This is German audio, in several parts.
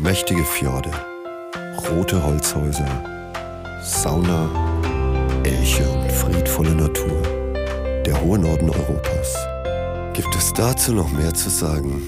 Mächtige Fjorde, rote Holzhäuser, Sauna, Elche und friedvolle Natur. Der hohe Norden Europas. Gibt es dazu noch mehr zu sagen?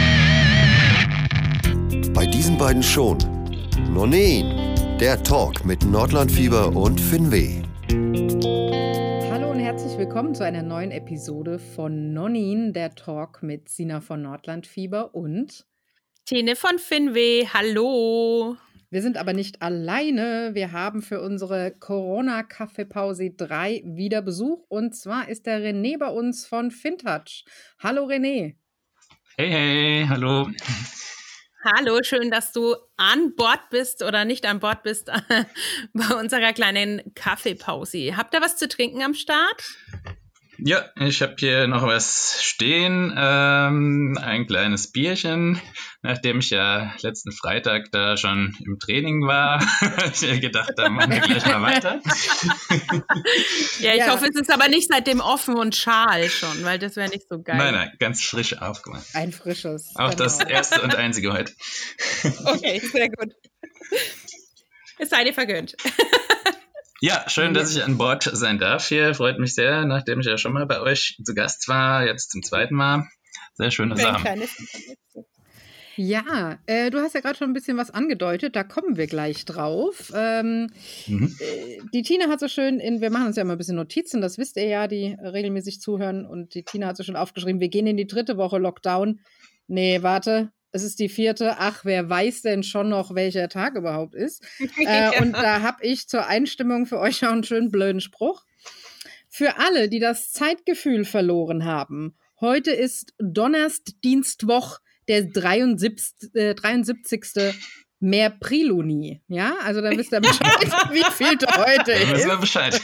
Bei diesen beiden schon. Nonin, der Talk mit Nordlandfieber und Finweh. Hallo und herzlich willkommen zu einer neuen Episode von Nonin, der Talk mit Sina von Nordlandfieber und Tine von Finweh. Hallo. Wir sind aber nicht alleine. Wir haben für unsere Corona-Kaffeepause 3 wieder Besuch. Und zwar ist der René bei uns von Fintouch. Hallo René. Hey, hallo. Hallo, schön, dass du an Bord bist oder nicht an Bord bist bei unserer kleinen Kaffeepause. Habt ihr was zu trinken am Start? Ja, ich habe hier noch was stehen, ein kleines Bierchen. Nachdem ich ja letzten Freitag da schon im Training war, habe ich gedacht, da machen wir gleich mal weiter. Ja, ich hoffe, es ist aber nicht seitdem offen und schal schon, weil das wäre nicht so geil. Nein, ganz frisch aufgemacht. Ein frisches. Auch genau. Das erste und einzige heute. Okay, sehr gut. Es sei dir vergönnt. Ja, schön, dass ich an Bord sein darf hier. Freut mich sehr, nachdem ich ja schon mal bei euch zu Gast war, jetzt zum zweiten Mal. Sehr schöne Sache. Ja, du hast ja gerade schon ein bisschen was angedeutet, da kommen wir gleich drauf. Die Tina hat so schön, wir machen uns ja immer ein bisschen Notizen, das wisst ihr ja, die regelmäßig zuhören, und die Tina hat so schön aufgeschrieben, wir gehen in die 3. Woche Lockdown. Nee, warte, es ist die 4. Ach, wer weiß denn schon noch, welcher Tag überhaupt ist? Und da habe ich zur Einstimmung für euch auch einen schönen blöden Spruch. Für alle, die das Zeitgefühl verloren haben, heute ist Donnerstag-Dienstwoch, der 73. Märzpriluni. Ja, also dann wisst ihr Bescheid, wie viel heute ist. Dann wissen wir Bescheid.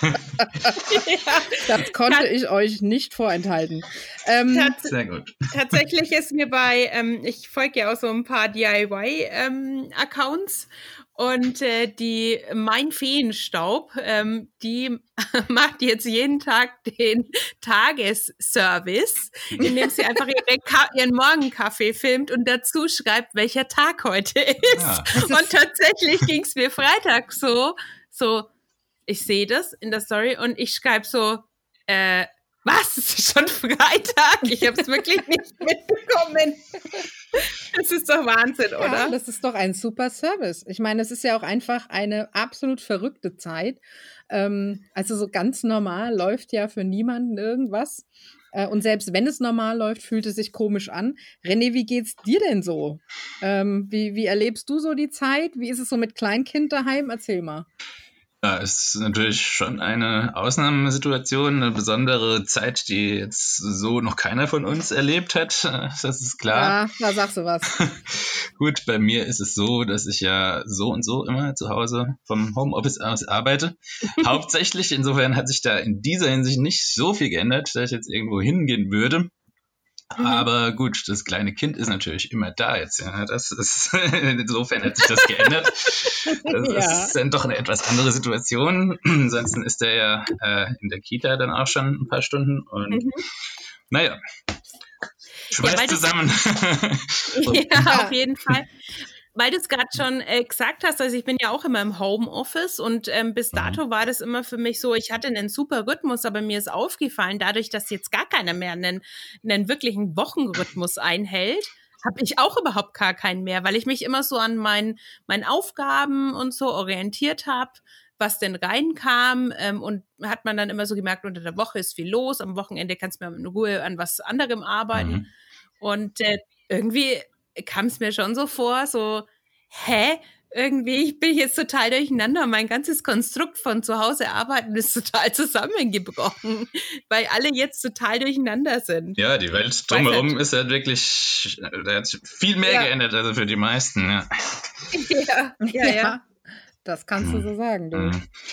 Das konnte ich euch nicht vorenthalten. Sehr gut. Tatsächlich ist mir ich folge ja auch so ein paar DIY-Accounts und die Mein Feenstaub, die macht jetzt jeden Tag den Tagesservice, indem sie einfach ihren Morgenkaffee filmt und dazu schreibt, welcher Tag heute ist. Ja. Und tatsächlich ging es mir Freitag so, ich sehe das in der Story und ich schreibe so, was? Es ist schon Freitag? Ich habe es wirklich nicht mitbekommen. Das ist doch Wahnsinn, oder? Ja, das ist doch ein super Service. Ich meine, es ist ja auch einfach eine absolut verrückte Zeit. Also so ganz normal läuft ja für niemanden irgendwas. Und selbst wenn es normal läuft, fühlt es sich komisch an. René, wie geht's dir denn so? Wie erlebst du so die Zeit? Wie ist es so mit Kleinkind daheim? Erzähl mal. Ja, es ist natürlich schon eine Ausnahmesituation, eine besondere Zeit, die jetzt so noch keiner von uns erlebt hat, das ist klar. Ja, da sagst du was. Gut, bei mir ist es so, dass ich ja so und so immer zu Hause vom Homeoffice aus arbeite. Hauptsächlich, insofern hat sich da in dieser Hinsicht nicht so viel geändert, dass ich jetzt irgendwo hingehen würde. Aber gut, das kleine Kind ist natürlich immer da jetzt. Ja. Insofern hat sich das geändert. Das ist dann doch eine etwas andere Situation. Ansonsten ist der ja in der Kita dann auch schon ein paar Stunden. Und naja, schweißt zusammen. Ja, auf jeden Fall. Weil du es gerade schon gesagt hast, also ich bin ja auch immer im Homeoffice und bis dato war das immer für mich so, ich hatte einen super Rhythmus, aber mir ist aufgefallen, dadurch, dass jetzt gar keiner mehr einen wirklichen Wochenrhythmus einhält, habe ich auch überhaupt gar keinen mehr, weil ich mich immer so an meinen Aufgaben und so orientiert habe, was denn reinkam, und hat man dann immer so gemerkt, unter der Woche ist viel los, am Wochenende kannst du mir in Ruhe an was anderem arbeiten und irgendwie kam es mir schon so vor, irgendwie, ich bin jetzt total durcheinander. Mein ganzes Konstrukt von zu Hause arbeiten ist total zusammengebrochen, weil alle jetzt total durcheinander sind. Ja, die Welt drumherum ist ja wirklich, da hat sich viel mehr geändert, also für die meisten. Ja. Das kannst du so sagen, du.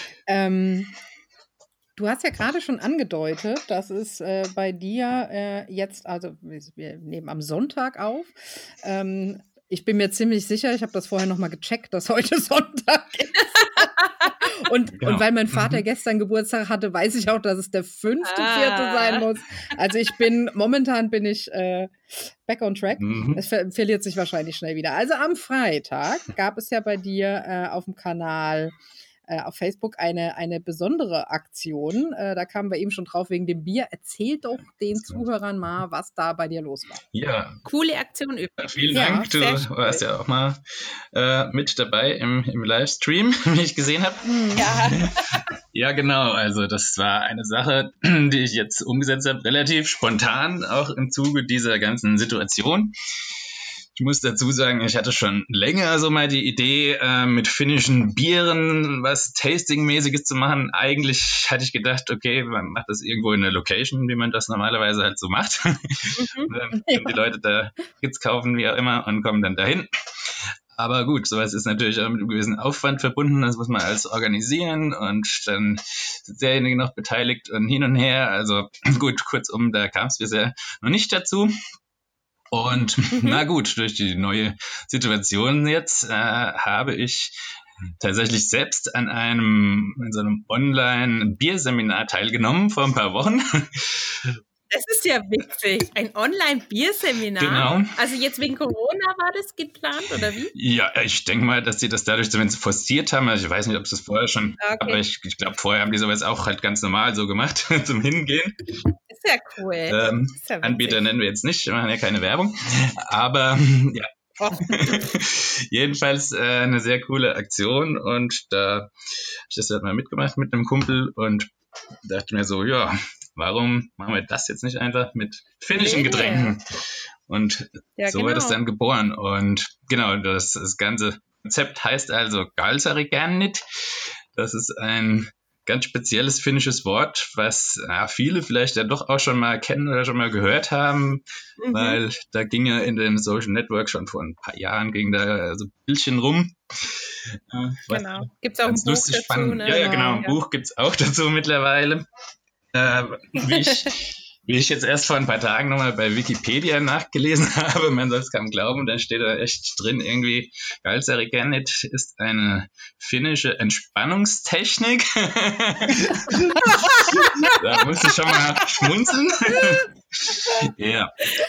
Du hast ja gerade schon angedeutet, dass es bei dir jetzt, also wir nehmen am Sonntag auf, Ich bin mir ziemlich sicher, ich habe das vorher nochmal gecheckt, dass heute Sonntag ist. Und weil mein Vater gestern Geburtstag hatte, weiß ich auch, dass es der 5.4. sein muss. Also momentan bin ich back on track. Es verliert sich wahrscheinlich schnell wieder. Also am Freitag gab es ja bei dir auf dem Kanal auf Facebook eine besondere Aktion. Da kamen wir eben schon drauf wegen dem Bier. Erzähl doch den Zuhörern mal, was da bei dir los war. Ja. Coole Aktion übrigens. Vielen Dank. Du warst ja auch mal mit dabei im Livestream, wie ich gesehen habe. Ja. Ja, genau. Also das war eine Sache, die ich jetzt umgesetzt habe, relativ spontan, auch im Zuge dieser ganzen Situation. Ich muss dazu sagen, ich hatte schon länger so mal die Idee, mit finnischen Bieren was Tasting-mäßiges zu machen. Eigentlich hatte ich gedacht, okay, man macht das irgendwo in einer Location, wie man das normalerweise halt so macht. Dann können die Leute da Kids kaufen, wie auch immer, und kommen dann dahin. Aber gut, sowas ist natürlich auch mit einem gewissen Aufwand verbunden. Das muss man alles organisieren und dann sind derjenige noch beteiligt und hin und her. Also gut, kurzum, da kam es bisher noch nicht dazu. Und na gut, durch die neue Situation jetzt habe ich tatsächlich selbst an in so einem Online-Bierseminar teilgenommen vor ein paar Wochen. Das ist ja witzig. Ein Online-Bierseminar. Genau. Also jetzt wegen Corona war das geplant, oder wie? Ja, ich denke mal, dass sie das dadurch zumindest forciert haben. Also ich weiß nicht, ob es das vorher schon, aber ich glaube, vorher haben die sowas auch halt ganz normal so gemacht, zum Hingehen. Ist ja cool. Ist ja Anbieter nennen wir jetzt nicht, wir machen ja keine Werbung. Aber ja. Jedenfalls eine sehr coole Aktion und da habe ich das halt mal mitgemacht mit einem Kumpel und dachte mir so, ja, warum machen wir das jetzt nicht einfach mit finnischen Getränken? Und so wird es dann geboren. Und genau, das ganze Konzept heißt also Galsarigannit. Das ist ein ganz spezielles finnisches Wort, was viele vielleicht ja doch auch schon mal kennen oder schon mal gehört haben, weil da ging ja in den Social Networks schon vor ein paar Jahren ging da so Bildchen rum. Genau. Gibt es auch ein Buch dazu? Ne? Ja, genau. Ein Buch gibt es auch dazu mittlerweile. Wie ich jetzt erst vor ein paar Tagen nochmal bei Wikipedia nachgelesen habe, man soll es kaum glauben, da steht da echt drin irgendwie, Galsarigannit ist eine finnische Entspannungstechnik. Da muss ich schon mal schmunzeln. Ja.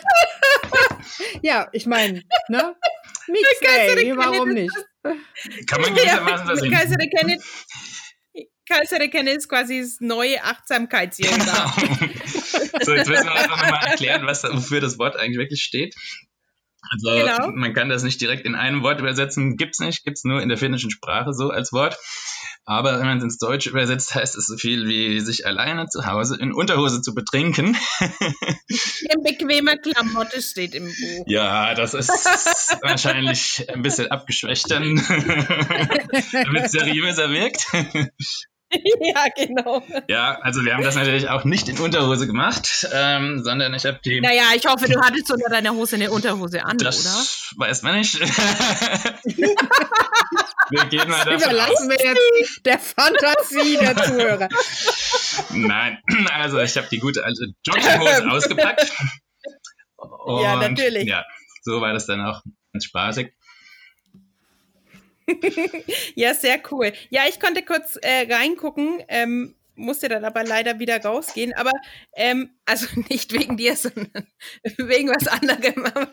Ja, ich meine, ne? Mixed, warum nicht? Kann man gewissermaßen versuchen. Galsarigannit ist quasi das neue Achtsamkeits-Yoga. So, jetzt müssen wir einfach nochmal erklären, wofür das Wort eigentlich wirklich steht. Also man kann das nicht direkt in einem Wort übersetzen, gibt's nur in der finnischen Sprache so als Wort. Aber wenn man es ins Deutsche übersetzt, heißt es so viel wie sich alleine zu Hause in Unterhose zu betrinken. In bequemer Klamotte steht im Buch. Ja, das ist wahrscheinlich ein bisschen abgeschwächt dann, damit es seriöser wirkt. Ja, genau. Ja, also wir haben das natürlich auch nicht in Unterhose gemacht, sondern ich habe die... Naja, ich hoffe, du hattest unter deiner Hose eine Unterhose an, das oder? Das weiß man nicht. Wir gehen mal davon überlassen wir jetzt der Fantasie der Zuhörer. Nein, also ich habe die gute alte Jogginghose ausgepackt. Und ja, natürlich. Ja, so war das dann auch ganz spaßig. Ja, sehr cool. Ja, ich konnte kurz reingucken, musste dann aber leider wieder rausgehen. Aber, also nicht wegen dir, sondern wegen was anderem. Aber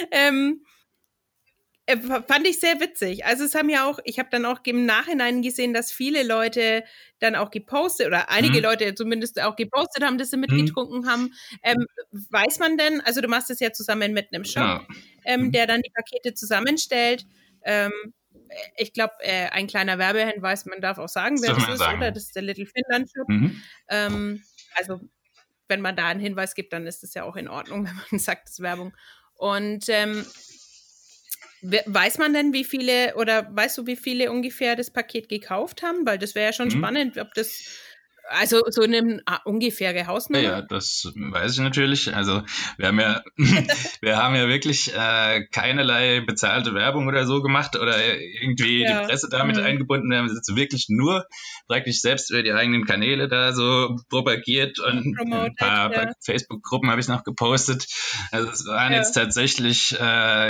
fand ich sehr witzig. Also es haben ja auch, ich habe dann auch im Nachhinein gesehen, dass viele Leute dann auch gepostet oder einige Leute zumindest auch gepostet haben, dass sie mitgetrunken haben. Weiß man denn, also du machst es ja zusammen mit einem Shop, der dann die Pakete zusammenstellt. Ich glaube, ein kleiner Werbehinweis, man darf auch sagen, wer das ist, oder? Das ist der Little Finland Shop. Also, wenn man da einen Hinweis gibt, dann ist das ja auch in Ordnung, wenn man sagt, das ist Werbung. Und weiß man denn, wie viele, oder weißt du, wie viele ungefähr das Paket gekauft haben? Weil das wäre ja schon spannend, ob das, also so eine ungefähre Hausnummer. Ja, das weiß ich natürlich. Also wir haben ja wirklich keinerlei bezahlte Werbung oder so gemacht oder irgendwie die Presse damit eingebunden. Wir haben es jetzt wirklich nur praktisch selbst über die eigenen Kanäle da so propagiert und ein paar Facebook-Gruppen habe ich noch gepostet. Also es waren jetzt tatsächlich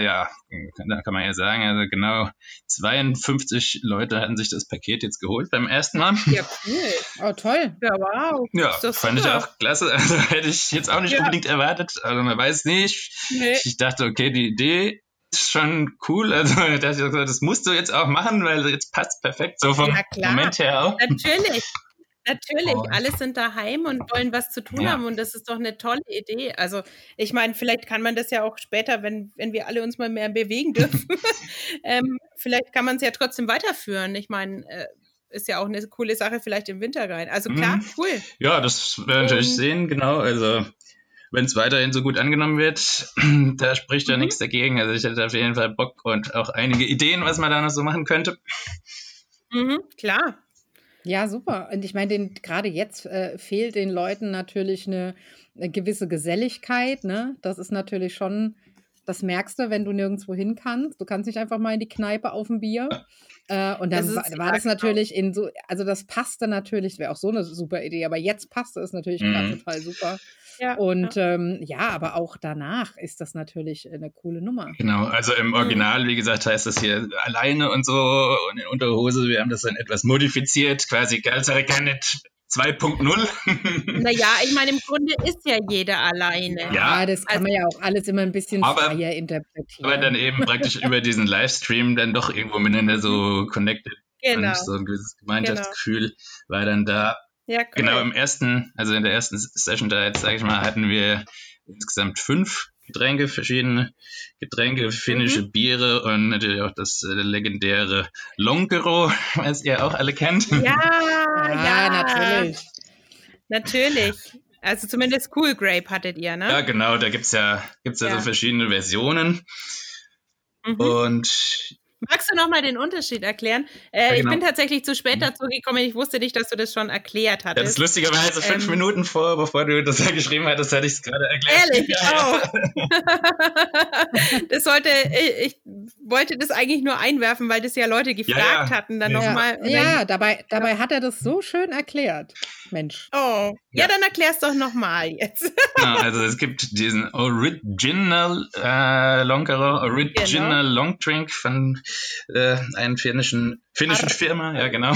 da kann man ja sagen, also genau 52 Leute hatten sich das Paket jetzt geholt beim ersten Mal. Ja, cool. Oh, toll. Ja, wow. Ja, fand ich auch klasse. Also hätte ich jetzt auch nicht unbedingt erwartet. Also man weiß nicht. Nee. Ich dachte, okay, die Idee ist schon cool. Also das musst du jetzt auch machen, weil jetzt passt perfekt so vom Moment her auch. Natürlich, alle sind daheim und wollen was zu tun haben und das ist doch eine tolle Idee. Also ich meine, vielleicht kann man das ja auch später, wenn wir alle uns mal mehr bewegen dürfen, vielleicht kann man es ja trotzdem weiterführen. Ich meine, ist ja auch eine coole Sache vielleicht im Winter rein. Also klar, cool. Ja, das werden wir natürlich sehen, genau. Also wenn es weiterhin so gut angenommen wird, da spricht ja nichts dagegen. Also ich hätte auf jeden Fall Bock und auch einige Ideen, was man da noch so machen könnte. Klar. Ja, super. Und ich meine, gerade jetzt fehlt den Leuten natürlich eine gewisse Geselligkeit. Ne? Das ist natürlich schon, das merkst du, wenn du nirgendwo hin kannst. Du kannst nicht einfach mal in die Kneipe auf ein Bier. Und dann war das natürlich also das passte natürlich, wäre auch so eine super Idee, aber jetzt passte es natürlich gerade total super. Ja, und aber auch danach ist das natürlich eine coole Nummer. Genau, also im Original, wie gesagt, heißt das hier alleine und so und in Unterhose, wir haben das dann etwas modifiziert, quasi Galzerikanet 2.0. Naja, ich meine, im Grunde ist ja jeder alleine. Ja, das kann man ja auch alles immer ein bisschen freier interpretieren. Aber dann eben praktisch über diesen Livestream dann doch irgendwo miteinander so connected. Genau. Und so ein gewisses Gemeinschaftsgefühl war dann da. Ja, cool. Genau, in der ersten Session da jetzt, sage ich mal, hatten wir insgesamt 5 verschiedene Getränke, finnische Biere und natürlich auch das legendäre Lonkero, was ihr auch alle kennt. Ja, natürlich. Also zumindest Cool Grape hattet ihr, ne? Ja, genau, da gibt's ja so verschiedene Versionen. Und magst du nochmal den Unterschied erklären? Ich bin tatsächlich zu spät dazu gekommen. Ich wusste nicht, dass du das schon erklärt hattest. Das ist lustigerweise 5 Minuten bevor du das da geschrieben hattest, hatte ich es gerade erklärt. Ehrlich? Ich wollte das eigentlich nur einwerfen, weil das ja Leute gefragt hatten. Dann nochmal. Ja, dabei hat er das so schön erklärt. Mensch. Oh, ja, dann erklär's doch nochmal jetzt. Also es gibt diesen Original Lonkero, Original Long Drink von einer finnischen Firma, ja genau.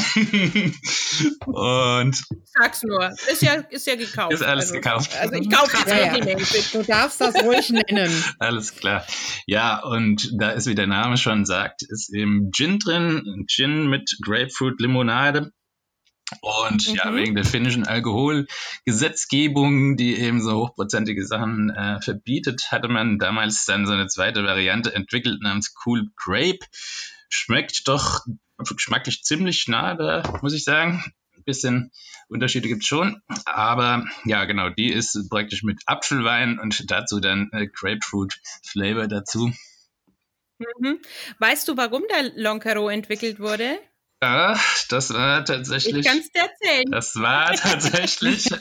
Und sag's nur, ist ja gekauft. Ist alles gekauft. Also ich kaufe es Du darfst das ruhig nennen. Alles klar. Ja, und da ist, wie der Name schon sagt, ist eben Gin drin, Gin mit Grapefruit Limonade. Und wegen der finnischen Alkoholgesetzgebung, die eben so hochprozentige Sachen verbietet, hatte man damals dann so eine zweite Variante entwickelt namens Cool Grape. Schmeckt doch geschmacklich ziemlich nah da, muss ich sagen. Ein bisschen Unterschiede gibt es schon. Aber ja, genau, die ist praktisch mit Apfelwein und dazu dann Grapefruit Flavor dazu. Weißt du, warum der Lonkero entwickelt wurde? Ja, das war tatsächlich. Ich kann's dir erzählen. Das war tatsächlich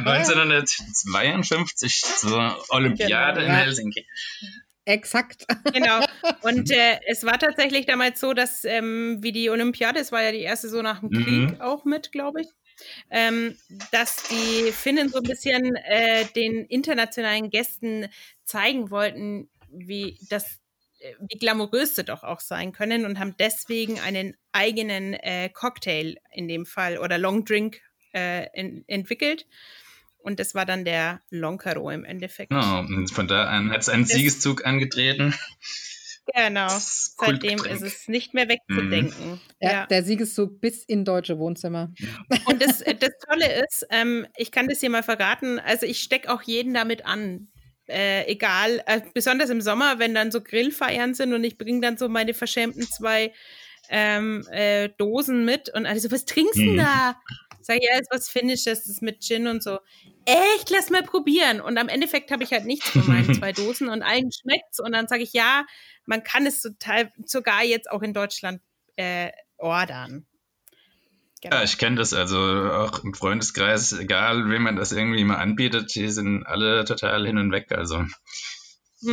1952 zur Olympiade in Helsinki. Exakt. Genau. Und es war tatsächlich damals so, dass wie die Olympiade, es war ja die erste so nach dem Krieg auch mit, glaube ich, dass die Finnen so ein bisschen den internationalen Gästen zeigen wollten, wie glamourös sie doch auch sein können und haben deswegen einen eigenen Cocktail in dem Fall oder Long Drink entwickelt. Und das war dann der Lonkero im Endeffekt. Genau, und von da an hat es einen Siegeszug angetreten. Genau, seitdem ist es nicht mehr wegzudenken. Ja, der Siegeszug bis in deutsche Wohnzimmer. Und das Tolle ist, ich kann das hier mal verraten, also ich stecke auch jeden damit an. Egal, besonders im Sommer, wenn dann so Grillfeiern sind und ich bringe dann so meine verschämten 2 Dosen mit und alle so, was trinkst du denn da? Sag ich, ja, ist was Finnisches, das ist mit Gin und so. Echt, lass mal probieren. Und am Endeffekt habe ich halt nichts von meinen 2 Dosen und allen schmeckt's. Und dann sage ich, ja, man kann es sogar jetzt auch in Deutschland ordern. Genau. Ja, ich kenne das also auch im Freundeskreis, egal wem man das irgendwie mal anbietet, die sind alle total hin und weg. Also,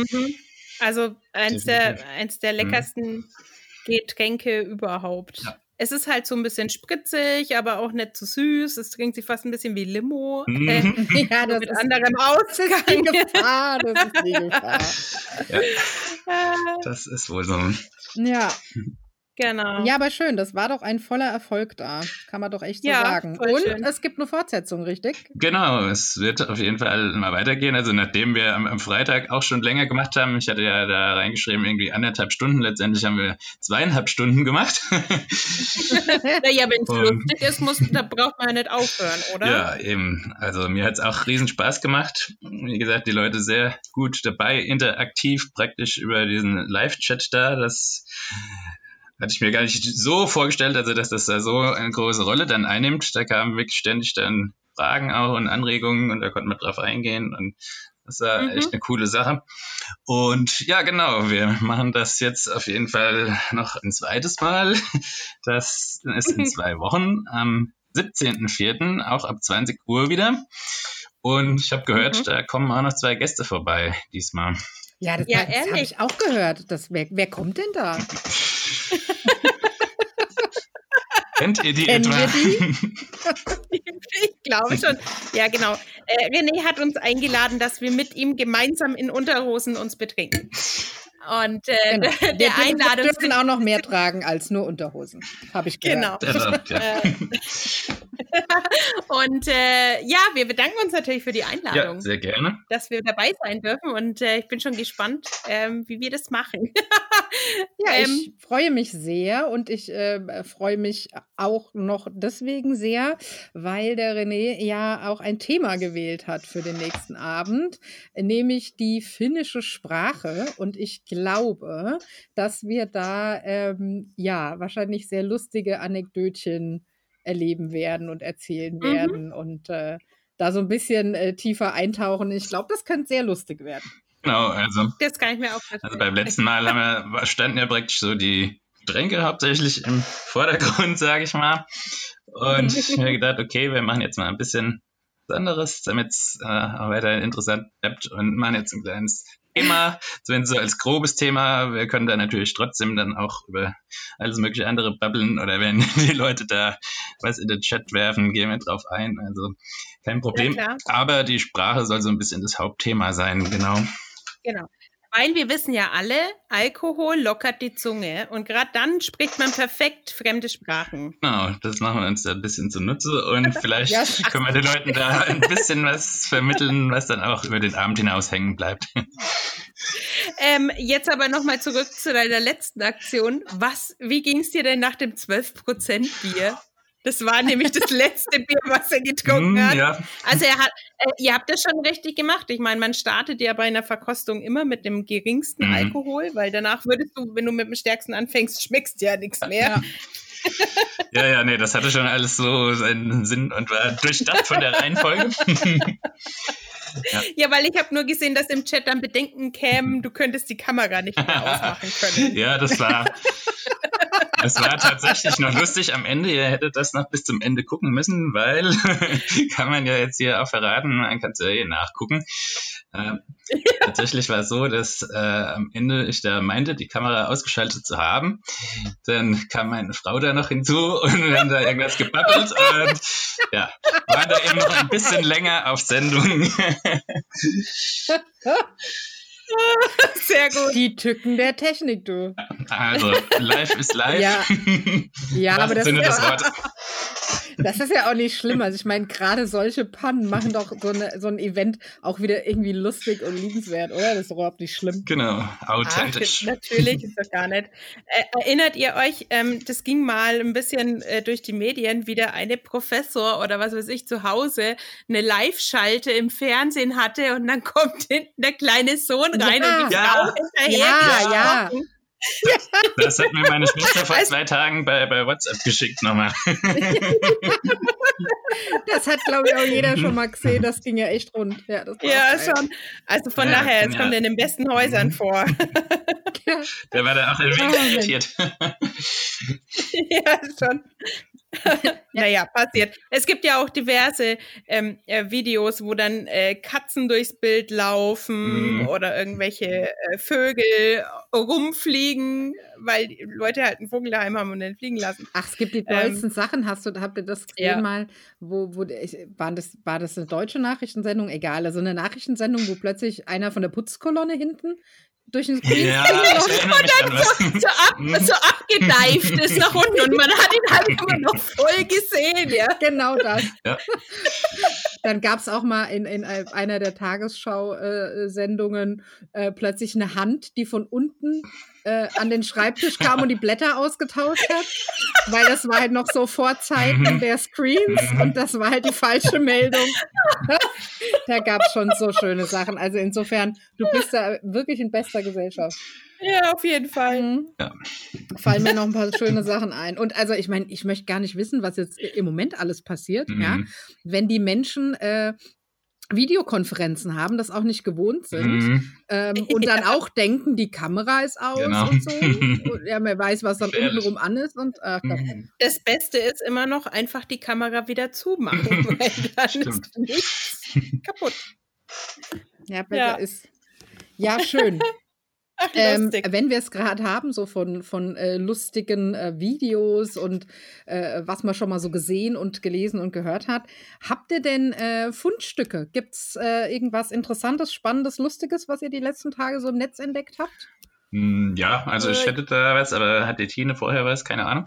also eins der leckersten Getränke überhaupt. Es ist halt so ein bisschen spritzig, aber auch nicht zu süß. Es trinkt sich fast ein bisschen wie Limo. Ja, das mit ist anderem Ausgang. die Gefahr. Das ist die Gefahr. Ja, das ist wohl so. Ja. Genau. Ja, aber schön, das war doch ein voller Erfolg da, kann man doch echt so Ja, sagen. voll Und schön. es gibt eine Fortsetzung, richtig? Genau, es wird auf jeden Fall mal weitergehen. Also nachdem wir am Freitag auch schon länger gemacht haben, ich hatte ja da reingeschrieben, irgendwie 1,5 Stunden, letztendlich haben wir 2,5 Stunden gemacht. Naja, wenn es lustig ist, da braucht man ja nicht aufhören, oder? Ja, eben. Also mir hat es auch riesen Spaß gemacht. Wie gesagt, die Leute sehr gut dabei, interaktiv praktisch über diesen Live-Chat da. Das hatte ich mir gar nicht so vorgestellt, also dass das da so eine große Rolle dann einnimmt. Da kamen wirklich ständig dann Fragen auch und Anregungen und da konnte man drauf eingehen und das war echt eine coole Sache. Und ja, genau, wir machen das jetzt auf jeden Fall noch ein zweites Mal. Das ist in 2 Wochen, am 17.04., auch ab 20 Uhr wieder. Und ich habe gehört, da kommen auch noch 2 Gäste vorbei diesmal. Ja, das Ja, habe ehrlich. ich auch gehört. Wer kommt denn da? Kennt ihr die Kennen etwa? wir die? Ich glaube schon. Ja, genau. René hat uns eingeladen, dass wir mit ihm gemeinsam in Unterhosen uns betrinken. Und Genau. der Einladung Wir dürfen auch noch mehr tragen als nur Unterhosen, habe ich gehört. Genau. Ja. Und ja, wir bedanken uns natürlich für die Einladung, Ja, sehr gerne. dass wir dabei sein dürfen. Und ich bin schon gespannt, wie wir das machen. Ja, ich freue mich sehr und ich freue mich auch noch deswegen sehr, weil der René ja auch ein Thema gewählt hat für den nächsten Abend, nämlich die finnische Sprache. Und ich glaube, dass wir da ja wahrscheinlich sehr lustige Anekdötchen erleben werden und erzählen werden und da so ein bisschen tiefer eintauchen. Ich glaube, das könnte sehr lustig werden. Genau, also Das kann ich mir auch vorstellen. Also beim letzten Mal standen ja praktisch so die Getränke hauptsächlich im Vordergrund, sage ich mal. Und ich habe mir gedacht, okay, wir machen jetzt mal ein bisschen was anderes, damit es auch weiterhin interessant bleibt und machen jetzt ein kleines Thema, zumindest so als grobes Thema. Wir können da natürlich trotzdem dann auch über alles mögliche andere babbeln oder wenn die Leute da was in den Chat werfen, gehen wir drauf ein. Also kein Problem. Ja, klar. Aber die Sprache soll so ein bisschen das Hauptthema sein, genau. Genau. Weil wir wissen ja alle, Alkohol lockert die Zunge und gerade dann spricht man perfekt fremde Sprachen. Genau, das machen wir uns da ein bisschen zunutze und vielleicht Ja. können wir den Leuten da ein bisschen was vermitteln, was dann auch über den Abend hinaus hängen bleibt. Jetzt aber nochmal zurück zu deiner letzten Aktion. Wie ging es dir denn nach dem 12% Bier? Das war nämlich das letzte Bier, was er getrunken hat. Ja. Also ihr habt das schon richtig gemacht. Ich meine, man startet ja bei einer Verkostung immer mit dem geringsten Alkohol, weil danach würdest du, wenn du mit dem stärksten anfängst, schmeckst ja nichts mehr. Ja, nee, das hatte schon alles so seinen Sinn und war durchdacht von der Reihenfolge. Ja, weil ich habe nur gesehen, dass im Chat dann Bedenken kämen, du könntest die Kamera nicht mehr ausmachen können. Ja, das war tatsächlich noch lustig am Ende. Ihr hättet das noch bis zum Ende gucken müssen, weil, kann man ja jetzt hier auch verraten, man kann es ja nachgucken. Tatsächlich war es so, dass am Ende ich da meinte, die Kamera ausgeschaltet zu haben. Dann kam meine Frau da noch hinzu und wir haben da irgendwas gebabbelt und ja, waren da eben noch ein bisschen länger auf Sendung. Sehr gut. Die Tücken der Technik, du. Also, live ist live. Ja, aber das das ist ja auch nicht schlimm. Also ich meine, gerade solche Pannen machen doch so ein Event auch wieder irgendwie lustig und liebenswert, oder? Das ist doch überhaupt nicht schlimm. Genau, authentisch. Natürlich, ist das gar nicht. Erinnert ihr euch, das ging mal ein bisschen durch die Medien, wie der eine Professor oder was weiß ich zu Hause eine Live-Schalte im Fernsehen hatte und dann kommt hinten der kleine Sohn rein und die Frau hinterher. Ja. Das hat mir meine Schwester vor 2 Tagen bei WhatsApp geschickt nochmal. Das hat, glaube ich, auch jeder schon mal gesehen. Das ging ja echt rund. Ja, das war schon. Also von daher, es kommt in den besten Häusern vor. Der war da auch ein wenig irritiert. Ja, schon. Naja, passiert. Es gibt ja auch diverse Videos, wo dann Katzen durchs Bild laufen oder irgendwelche Vögel rumfliegen, weil die Leute halt einen Vogel daheim haben und den fliegen lassen. Ach, es gibt die tollsten Sachen. Habt ihr das gesehen mal? War das eine deutsche Nachrichtensendung? Egal, also eine Nachrichtensendung, wo plötzlich einer von der Putzkolonne hinten durch den Screen so abgedeift ist nach unten und man hat ihn halt immer noch voll gesehen, ja. Genau das. Ja. Dann gab es auch mal in einer der Tagesschau-Sendungen plötzlich eine Hand, die von unten an den Schreibtisch kam und die Blätter ausgetauscht hat, weil das war halt noch so vor Zeiten der Screens und das war halt die falsche Meldung. Da gab es schon so schöne Sachen. Also insofern, du bist da wirklich in bester Gesellschaft. Ja, auf jeden Fall. Ja. Fallen mir noch ein paar schöne Sachen ein. Und also ich meine, ich möchte gar nicht wissen, was jetzt im Moment alles passiert, ja, wenn die Menschen Videokonferenzen haben, das auch nicht gewohnt sind und dann auch denken, die Kamera ist aus und so. Und ja, man weiß, was dann untenrum an ist. Und das Beste ist immer noch einfach die Kamera wieder zumachen, weil dann ist nichts kaputt. Ja, ist ja schön. Ach, wenn wir es gerade haben, so von lustigen Videos und was man schon mal so gesehen und gelesen und gehört hat, habt ihr denn Fundstücke? Gibt es irgendwas Interessantes, Spannendes, Lustiges, was ihr die letzten Tage so im Netz entdeckt habt? Ja, also ich hätte da was, aber hat die Tine vorher was? Keine Ahnung.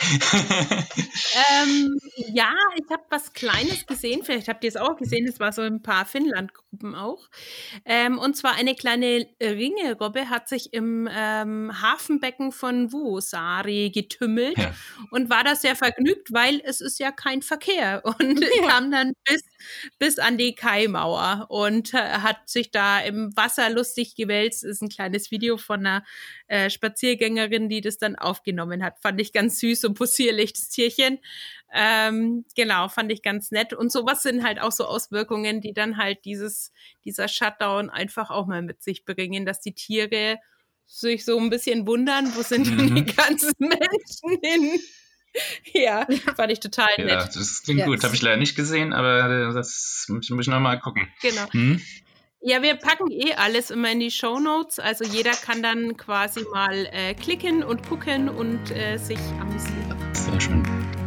Ja, ich habe was Kleines gesehen, vielleicht habt ihr es auch gesehen, es war so ein paar Finnland-Gruppen auch. Und zwar eine kleine Ringelrobbe hat sich im Hafenbecken von Vuosaari getümmelt und war da sehr vergnügt, weil es ist ja kein Verkehr und kam dann bis an die Kaimauer und hat sich da im Wasser lustig gewälzt. Das ist ein kleines Video von einer Spaziergängerin, die das dann aufgenommen hat. Fand ich ganz süß, so possierlich, das Tierchen. Genau, fand ich ganz nett. Und sowas sind halt auch so Auswirkungen, die dann halt dieser Shutdown einfach auch mal mit sich bringen, dass die Tiere sich so ein bisschen wundern, wo sind denn die ganzen Menschen hin? Ja, fand ich total nett. Ja, das klingt gut. Habe ich leider nicht gesehen, aber das muss ich nochmal gucken. Genau. Ja, wir packen alles immer in die Shownotes. Also jeder kann dann quasi mal klicken und gucken und sich amüsieren. Sehr schön.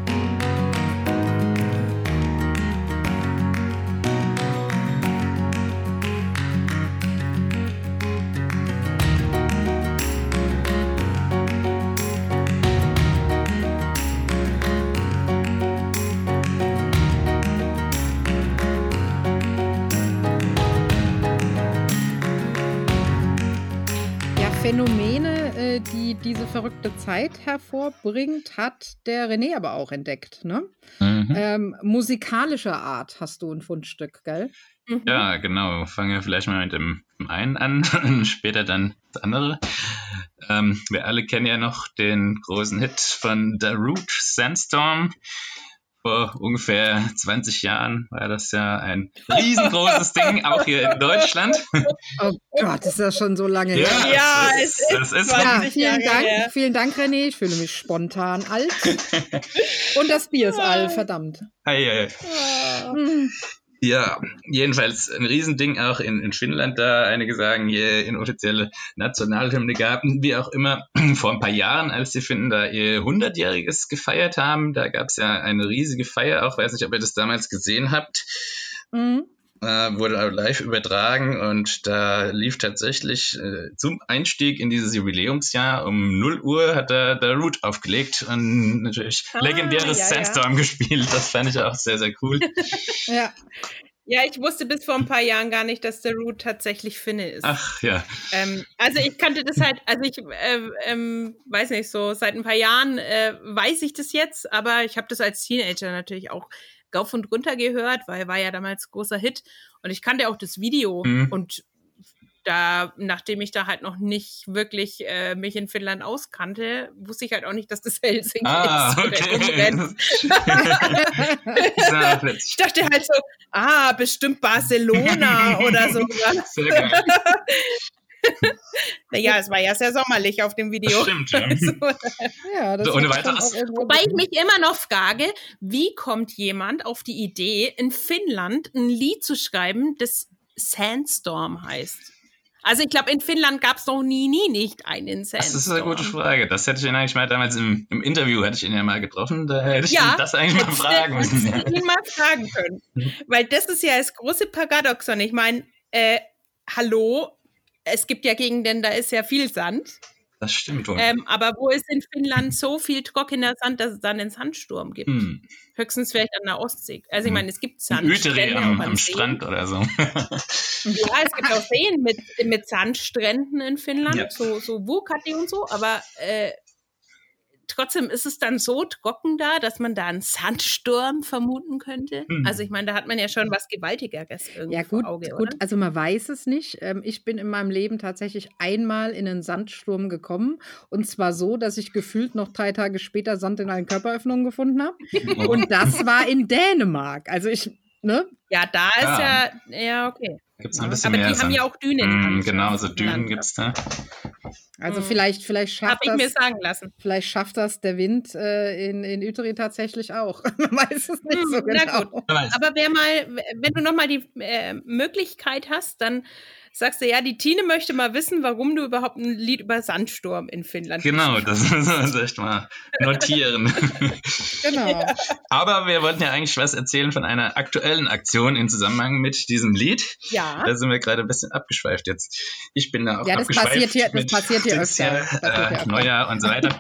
Phänomene, die diese verrückte Zeit hervorbringt, hat der René aber auch entdeckt, ne? Musikalischer Art hast du ein Fundstück, gell? Ja, genau. Fangen wir vielleicht mal mit dem einen an und später dann das andere. Wir alle kennen ja noch den großen Hit von The Root, Sandstorm. Vor ungefähr 20 Jahren war das ja ein riesengroßes Ding, auch hier in Deutschland. Oh Gott, ist das schon so lange her. Ja, es ist 20 Jahre her. Vielen Dank, René. Ich fühle mich spontan alt. Und das Bier ist all, verdammt. Hey. Ja, jedenfalls ein Riesending auch in Finnland, da einige sagen, hier inoffizielle Nationalhymne gab, wie auch immer, vor ein paar Jahren, als die Finnen da ihr 100-jähriges gefeiert haben, da gab es ja eine riesige Feier, auch weiß nicht, ob ihr das damals gesehen habt, wurde auch live übertragen und da lief tatsächlich zum Einstieg in dieses Jubiläumsjahr um 0 Uhr hat da The Root aufgelegt und natürlich legendäres Sandstorm gespielt, das fand ich auch sehr, sehr cool. Ja, ich wusste bis vor ein paar Jahren gar nicht, dass The Root tatsächlich Finne ist. Ach, ja. Also ich kannte das halt, also ich weiß nicht, so seit ein paar Jahren weiß ich das jetzt, aber ich habe das als Teenager natürlich auch rauf und runter gehört, weil war ja damals großer Hit und ich kannte auch das Video und da, nachdem ich da halt noch nicht wirklich mich in Finnland auskannte, wusste ich halt auch nicht, dass das Helsinki ist. Okay. Ich dachte halt so, bestimmt Barcelona oder so. Sehr geil. Naja, es war ja sehr sommerlich auf dem Video. Das stimmt, ja. Ja, das So, ohne ist schon weiteres. auch irgendwo Wobei ich mich immer noch frage, wie kommt jemand auf die Idee, in Finnland ein Lied zu schreiben, das Sandstorm heißt? Also ich glaube, in Finnland gab es noch nie nicht einen Sandstorm. Das ist eine gute Frage. Das hätte ich ihn eigentlich mal damals im Interview, hatte ich ihn ja mal getroffen, da hätte ich ihn das eigentlich mal fragen müssen. Ja, ihn mal fragen können. Weil das ist ja das große Paradoxon. Ich meine, hallo, es gibt ja Gegenden, da ist ja viel Sand. Das stimmt wohl. Aber wo ist in Finnland so viel trockener Sand, dass es dann einen Sandsturm gibt? Höchstens vielleicht an der Ostsee. Also ich meine, es gibt Sandstrände am Strand oder so. Ja, es gibt auch Seen mit Sandstränden in Finnland, so Vuokatti und so, aber trotzdem ist es dann so trocken da, dass man da einen Sandsturm vermuten könnte. Also ich meine, da hat man ja schon was Gewaltigeres irgendwie vor Auge, oder? Gut, also man weiß es nicht. Ich bin in meinem Leben tatsächlich einmal in einen Sandsturm gekommen und zwar so, dass ich gefühlt noch 3 Tage später Sand in allen Körperöffnungen gefunden habe. Und das war in Dänemark. Also Ja, da ist ja okay. Gibt's noch ein bisschen aber mehr die haben ja auch Dünen. Genau, so Dünen gibt es da. Also vielleicht schafft Hab ich mir sagen lassen. Vielleicht schafft das der Wind in Ueteri tatsächlich auch. Man weiß es nicht so genau. Na gut. Aber wenn du nochmal die Möglichkeit hast, dann sagst du, ja, die Tine möchte mal wissen, warum du überhaupt ein Lied über Sandsturm in Finnland Genau, das müssen wir uns echt mal notieren. Genau. Ja. Aber wir wollten ja eigentlich was erzählen von einer aktuellen Aktion im Zusammenhang mit diesem Lied. Ja. Da sind wir gerade ein bisschen abgeschweift jetzt. Ich bin da auch das abgeschweift. passiert hier öfter. Neujahr und so weiter.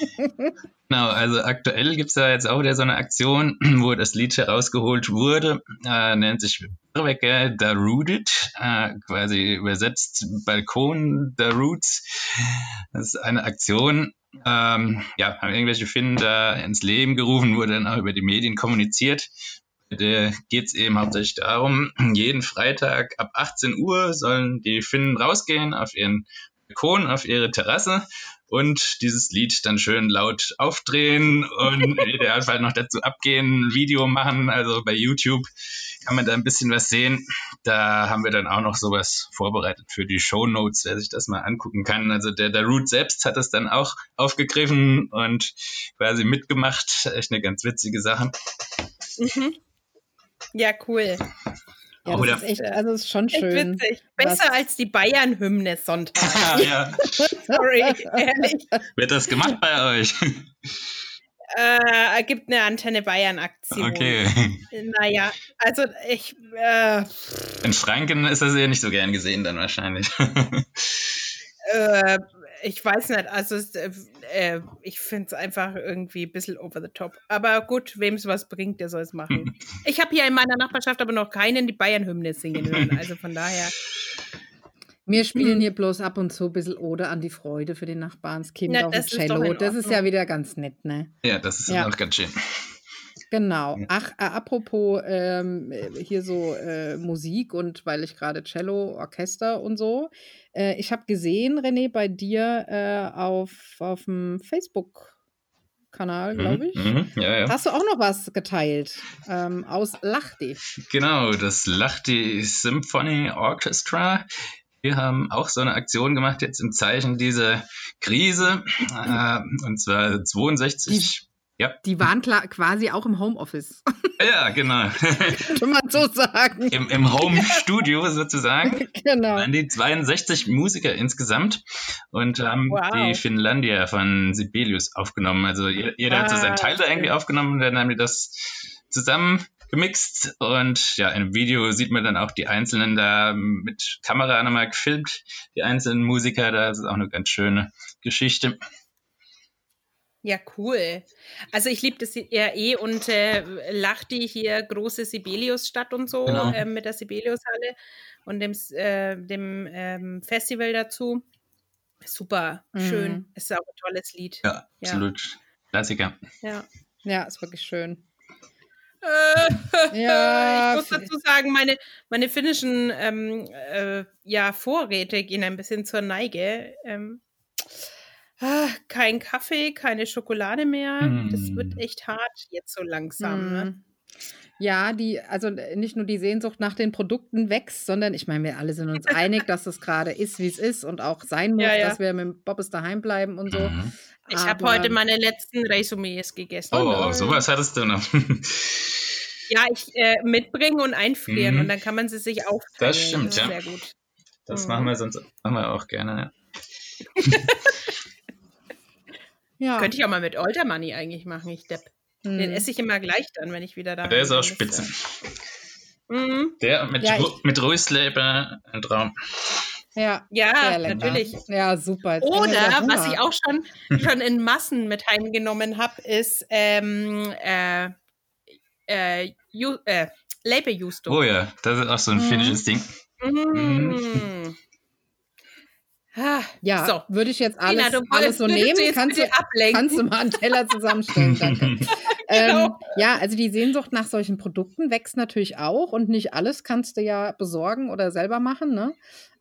Genau, also aktuell gibt es da jetzt auch wieder so eine Aktion, wo das Lied herausgeholt wurde, nennt sich Berveke Darudit, quasi übersetzt Balkon Daruds. Das ist eine Aktion, haben irgendwelche Finnen da ins Leben gerufen, wurde dann auch über die Medien kommuniziert. Da geht es eben hauptsächlich darum, jeden Freitag ab 18 Uhr sollen die Finnen rausgehen auf ihren Balkon, auf ihre Terrasse und dieses Lied dann schön laut aufdrehen und im Idealfall noch dazu abgehen, ein Video machen. Also bei YouTube kann man da ein bisschen was sehen. Da haben wir dann auch noch sowas vorbereitet für die Shownotes, wer sich das mal angucken kann. Also der Root selbst hat das dann auch aufgegriffen und quasi mitgemacht. Echt eine ganz witzige Sache. Mhm. Ja, cool. Ja, das ist echt, also ist schon schön. Witzig. Besser als die Bayern-Hymne Sonntag. Ja. Sorry, ehrlich. Wird das gemacht bei euch? Gibt eine Antenne Bayern-Aktion. Okay. Naja, also in Franken ist das ja nicht so gern gesehen dann wahrscheinlich. Ich weiß nicht, also ich finde es einfach irgendwie ein bisschen over the top. Aber gut, wem es was bringt, der soll es machen. Ich habe hier in meiner Nachbarschaft aber noch keinen die Bayern-Hymne singen hören, also von daher. Wir spielen hier bloß ab und zu ein bisschen Ode an die Freude für die Nachbarskind auf dem Cello. Das ist ja wieder ganz nett, ne? Ja, das ist auch ganz schön. Genau. Ach, apropos hier so Musik und weil ich gerade Cello, Orchester und so. Ich habe gesehen, René, bei dir auf dem Facebook-Kanal, glaube ich. Ja. Hast du auch noch was geteilt aus Lahti? Genau, das Lahti Symphony Orchestra. Wir haben auch so eine Aktion gemacht jetzt im Zeichen dieser Krise. Und zwar 62. Die waren quasi auch im Homeoffice. Ja, genau. Könnte man so sagen. Im Home-Studio sozusagen. Genau. Waren die 62 Musiker insgesamt und haben die Finnlandia von Sibelius aufgenommen. Also jeder hat so seinen Teil da irgendwie aufgenommen und dann haben die das zusammen gemixt und ja, im Video sieht man dann auch die Einzelnen da mit Kamera nochmal gefilmt, die einzelnen Musiker, das ist auch eine ganz schöne Geschichte. Ja, cool. Also ich liebe das ja und Lahti hier, große Sibelius-Stadt und so, genau. Mit der Sibelius-Halle und dem Festival dazu. Super, schön. Ist auch ein tolles Lied. Ja, absolut. Klassiker. Ja, ist wirklich schön. Ich muss dazu sagen, meine finnischen Vorräte gehen ein bisschen zur Neige. Kein Kaffee, keine Schokolade mehr. Das wird echt hart jetzt so langsam. Ne? Ja, also nicht nur die Sehnsucht nach den Produkten wächst, sondern ich meine, wir alle sind uns einig, dass es gerade ist, wie es ist und auch sein muss, dass wir mit dem Bobbes daheim bleiben und so. Ich habe heute meine letzten Resümees gegessen. Sowas hattest du noch. Ja, ich mitbringen und einfrieren und dann kann man sie sich aufteilen. Das stimmt, ja. Sehr gut. Das machen wir auch gerne, ja. Könnte ich auch mal mit Older Money eigentlich machen, ich Depp. Den esse ich immer gleich dann, wenn ich wieder da bin. Der ist auch spitze. Der mit Röstlebe, ein Traum. Ja, natürlich. Ja, super. Oder, was ich auch schon in Massen mit heimgenommen habe, ist Leipe Justo. Oh ja, das ist auch so ein finnisches Ding. Ja, so. Würde ich jetzt alles so nehmen, kannst du mal einen Teller zusammenstellen, danke. Genau. Ja, also die Sehnsucht nach solchen Produkten wächst natürlich auch und nicht alles kannst du ja besorgen oder selber machen, ne?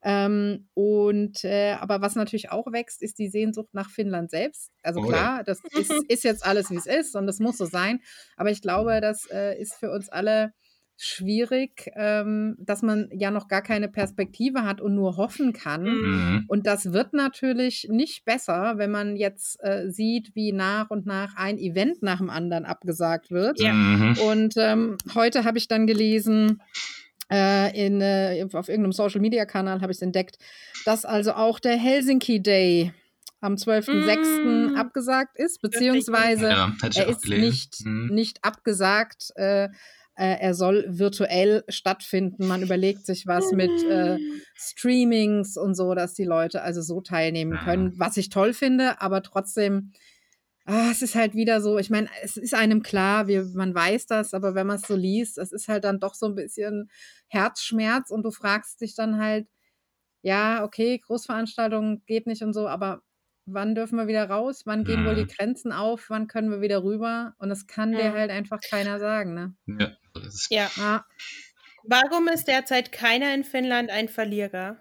Aber was natürlich auch wächst, ist die Sehnsucht nach Finnland selbst. Also klar, das ist jetzt alles, wie es ist und das muss so sein, aber ich glaube, das ist für uns alle schwierig, dass man ja noch gar keine Perspektive hat und nur hoffen kann. Und das wird natürlich nicht besser, wenn man jetzt sieht, wie nach und nach ein Event nach dem anderen abgesagt wird. Und heute habe ich dann gelesen, auf irgendeinem Social-Media-Kanal habe ich es entdeckt, dass also auch der Helsinki Day am 12.06. abgesagt ist, beziehungsweise er ist nicht abgesagt, er soll virtuell stattfinden. Man überlegt sich was mit Streamings und so, dass die Leute also so teilnehmen können, was ich toll finde, aber trotzdem, es ist halt wieder so, ich meine, es ist einem klar, man weiß das, aber wenn man es so liest, es ist halt dann doch so ein bisschen Herzschmerz und du fragst dich dann halt, ja, okay, Großveranstaltung geht nicht und so, aber wann dürfen wir wieder raus? Wann gehen wohl die Grenzen auf? Wann können wir wieder rüber? Und das kann dir halt einfach keiner sagen, ne? Ja. Warum ist derzeit keiner in Finnland ein Verlierer?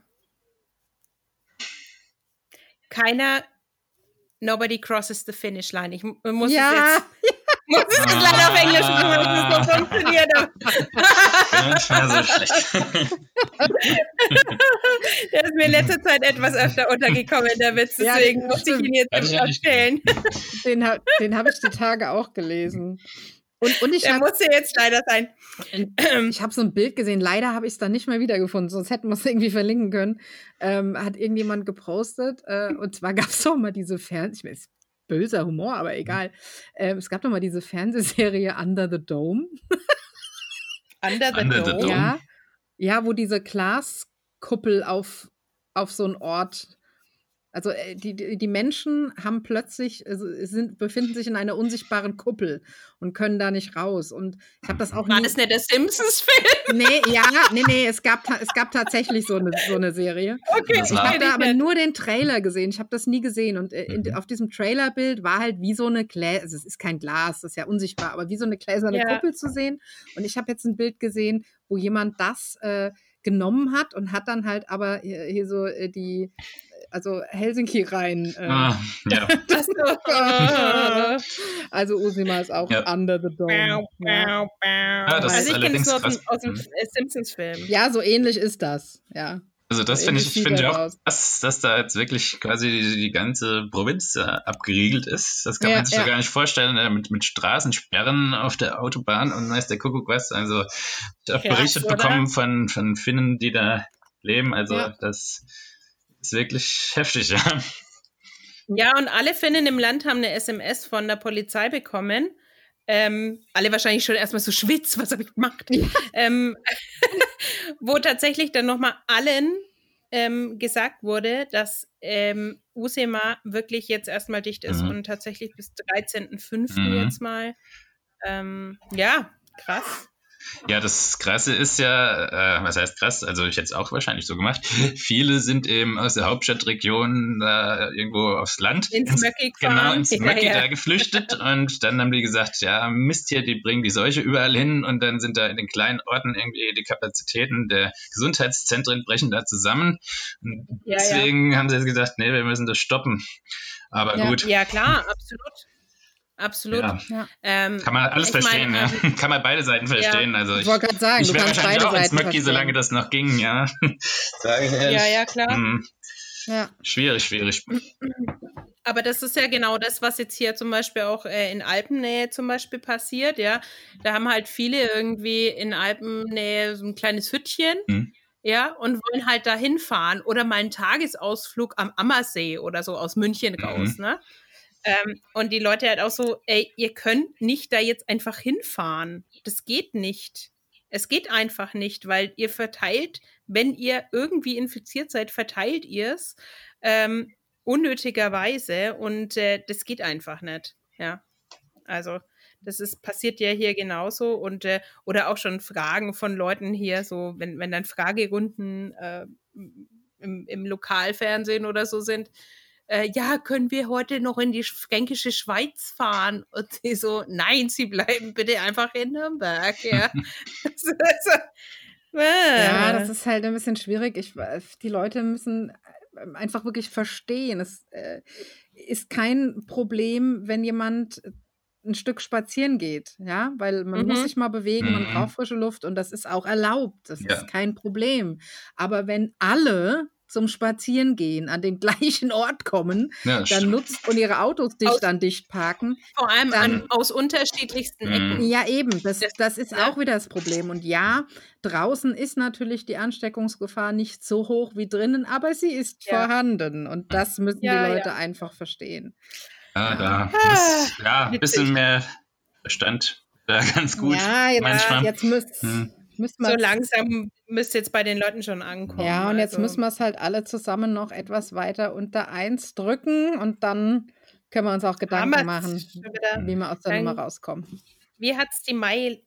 Nobody crosses the finish line. Ich muss es jetzt leider auf Englisch machen, dass es so funktioniert. Das war so schlecht. Der ist mir in letzter Zeit etwas öfter untergekommen, der Witz. Deswegen muss ich ihn jetzt erzählen. Den habe ich die Tage auch gelesen. Und der musste jetzt leider sein. Ich habe so ein Bild gesehen, leider habe ich es dann nicht mehr wiedergefunden, sonst hätten wir es irgendwie verlinken können. Hat irgendjemand gepostet. Und zwar gab es doch mal diese böser Humor, aber egal. Es gab doch mal diese Fernsehserie Under the Dome. Under the Dome? Ja, wo diese Glaskuppel auf so einen Ort. Also die Menschen haben plötzlich, befinden sich in einer unsichtbaren Kuppel und können da nicht raus. Und ich habe das auch War das nicht der Simpsons-Film? Nee, es gab tatsächlich so eine Serie. Okay, ich habe da aber nur den Trailer gesehen. Ich habe das nie gesehen. Und auf diesem Trailerbild war halt wie so eine also es ist kein Glas, das ist ja unsichtbar, aber wie so eine gläserne Kuppel zu sehen. Und ich habe jetzt ein Bild gesehen, wo jemand das genommen hat und hat dann halt aber hier so also Helsinki rein. Also Ursima ist auch Under the Dome. Also ich kenne es nur aus dem Simpsons-Film. Ja, so ähnlich ist das, ja. Also das finde ich auch krass, dass da jetzt wirklich quasi die ganze Provinz abgeriegelt ist. Das kann man sich so gar nicht vorstellen, mit Straßensperren auf der Autobahn und weiß der Kuckuck was. Also ich habe berichtet bekommen von Finnen, die da leben. Also das ist wirklich heftig, ja. Ja, und alle Finnen im Land haben eine SMS von der Polizei bekommen. Alle wahrscheinlich schon erstmal so schwitz, was habe ich gemacht? Wo tatsächlich dann nochmal allen gesagt wurde, dass Uusimaa wirklich jetzt erstmal dicht ist und tatsächlich bis 13.05. jetzt mal. Krass. Ja, das Krasse ist ja, was heißt krass? Also ich hätte es auch wahrscheinlich so gemacht. Viele sind eben aus der Hauptstadtregion irgendwo aufs Land. Ins Möcki da geflüchtet und dann haben die gesagt, ja Mist hier, die bringen die Seuche überall hin und dann sind da in den kleinen Orten irgendwie die Kapazitäten der Gesundheitszentren brechen da zusammen. Und deswegen haben sie jetzt gedacht, nee, wir müssen das stoppen. Aber gut. Ja, klar, absolut. Absolut. Ja. Kann man alles verstehen, ja. Kann man beide Seiten verstehen. Also ich wollte gerade sagen, ich wäre wahrscheinlich auch als Möcki, verstehen. solange das noch ging, ja. Sage ich ehrlich. Ja, klar. Ja. Schwierig. Aber das ist ja genau das, was jetzt hier zum Beispiel auch in Alpennähe zum Beispiel passiert, ja. Da haben halt viele irgendwie in Alpennähe so ein kleines Hüttchen, ja, und wollen halt da hinfahren oder mal einen Tagesausflug am Ammersee oder so aus München raus, ne? Und die Leute halt auch so, ey, ihr könnt nicht da jetzt einfach hinfahren. Das geht nicht. Es geht einfach nicht, weil ihr verteilt, wenn ihr irgendwie infiziert seid, verteilt ihr es unnötigerweise und das geht einfach nicht. Ja, also das passiert ja hier genauso und oder auch schon Fragen von Leuten hier, so wenn dann Fragerunden im Lokalfernsehen oder so sind. Ja, können wir heute noch in die fränkische Schweiz fahren? Und sie so, nein, sie bleiben bitte einfach in Nürnberg. Ja, ja, das ist halt ein bisschen schwierig. Die Leute müssen einfach wirklich verstehen. Es ist kein Problem, wenn jemand ein Stück spazieren geht, ja, weil man muss sich mal bewegen, man braucht frische Luft und das ist auch erlaubt. Das ist kein Problem. Aber wenn alle zum Spazierengehen an den gleichen Ort kommen, dann und ihre Autos dicht parken. Vor allem aus unterschiedlichsten Ecken. Ja, eben. Das ist auch wieder das Problem. Und ja, draußen ist natürlich die Ansteckungsgefahr nicht so hoch wie drinnen, aber sie ist vorhanden. Und das müssen die Leute einfach verstehen. Da muss ein bisschen mehr Verstand da ganz gut. Ja, jetzt müssen wir so langsam müsste jetzt bei den Leuten schon ankommen. Ja, und jetzt müssen wir es halt alle zusammen noch etwas weiter unter 1 drücken und dann können wir uns auch Gedanken machen, wie wir aus der Nummer rauskommen. Wie hat es die Mai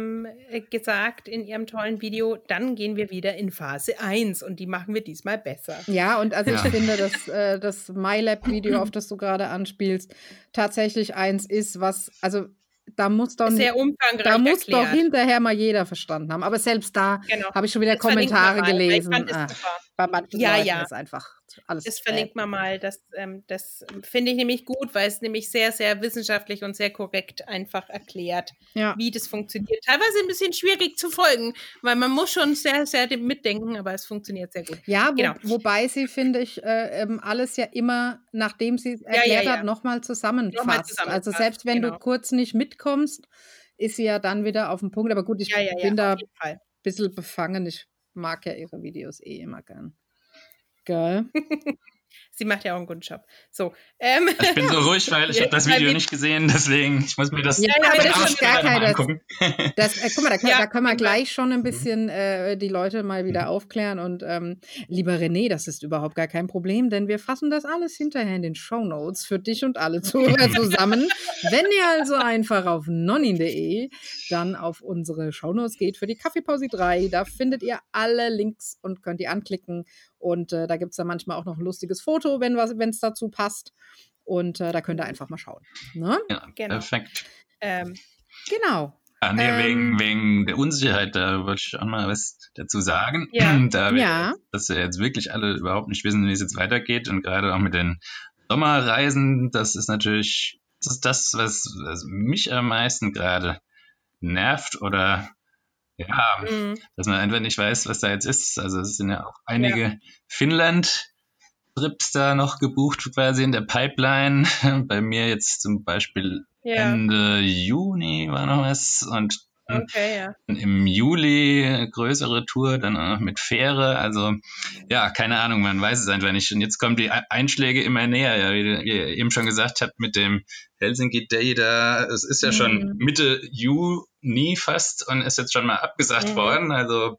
gesagt in ihrem tollen Video, dann gehen wir wieder in Phase 1 und die machen wir diesmal besser. Ja, und also ich finde, dass das MyLab-Video, auf das du gerade anspielst, tatsächlich eins ist, was, also da muss doch sehr umfangreich doch hinterher mal jeder verstanden haben. Aber selbst da habe ich schon wieder Kommentare gelesen. Bei manchen Leuten ist einfach alles. Das verlinkt man mal. Das finde ich nämlich gut, weil es nämlich sehr, sehr wissenschaftlich und sehr korrekt einfach erklärt, wie das funktioniert. Teilweise ein bisschen schwierig zu folgen, weil man muss schon sehr, sehr mitdenken, aber es funktioniert sehr gut. Ja, wobei sie, finde ich, alles ja immer, nachdem sie es erklärt hat, nochmal zusammenfasst. Also selbst wenn du kurz nicht mitkommst, ist sie ja dann wieder auf dem Punkt. Aber gut, ich bin da ein bisschen befangen. Ich mag ja ihre Videos immer gern. Geil. Sie macht ja auch einen guten Job. So, ich bin so ruhig, weil ich habe das Video nicht gesehen, deswegen ich muss mir das aber das ist gar kein angucken. Guck mal, da können wir gleich schon ein bisschen die Leute mal wieder aufklären und lieber René, das ist überhaupt gar kein Problem, denn wir fassen das alles hinterher in den Shownotes für dich und alle Zuhörer zusammen. Wenn ihr also einfach auf nonnin.de dann auf unsere Shownotes geht für die Kaffeepause 3, da findet ihr alle Links und könnt die anklicken. Und da gibt es dann manchmal auch noch ein lustiges Foto, wenn es dazu passt. Und da könnt ihr einfach mal schauen. Ne? Ja, genau. Perfekt. Genau. Wegen der Unsicherheit, da wollte ich auch mal was dazu sagen. Dass wir jetzt wirklich alle überhaupt nicht wissen, wie es jetzt weitergeht. Und gerade auch mit den Sommerreisen, das ist natürlich das, was mich am meisten gerade nervt oder dass man einfach nicht weiß, was da jetzt ist. Also es sind ja auch einige Finnland-Trips da noch gebucht, quasi in der Pipeline. Bei mir jetzt zum Beispiel Ende Juni war noch was und im Juli größere Tour, dann auch noch mit Fähre. Also keine Ahnung, man weiß es einfach nicht. Und jetzt kommen die Einschläge immer näher, wie ihr eben schon gesagt habt, mit dem Helsinki Day da. Es ist ja schon Mitte Juni fast und ist jetzt schon mal abgesagt worden. Also,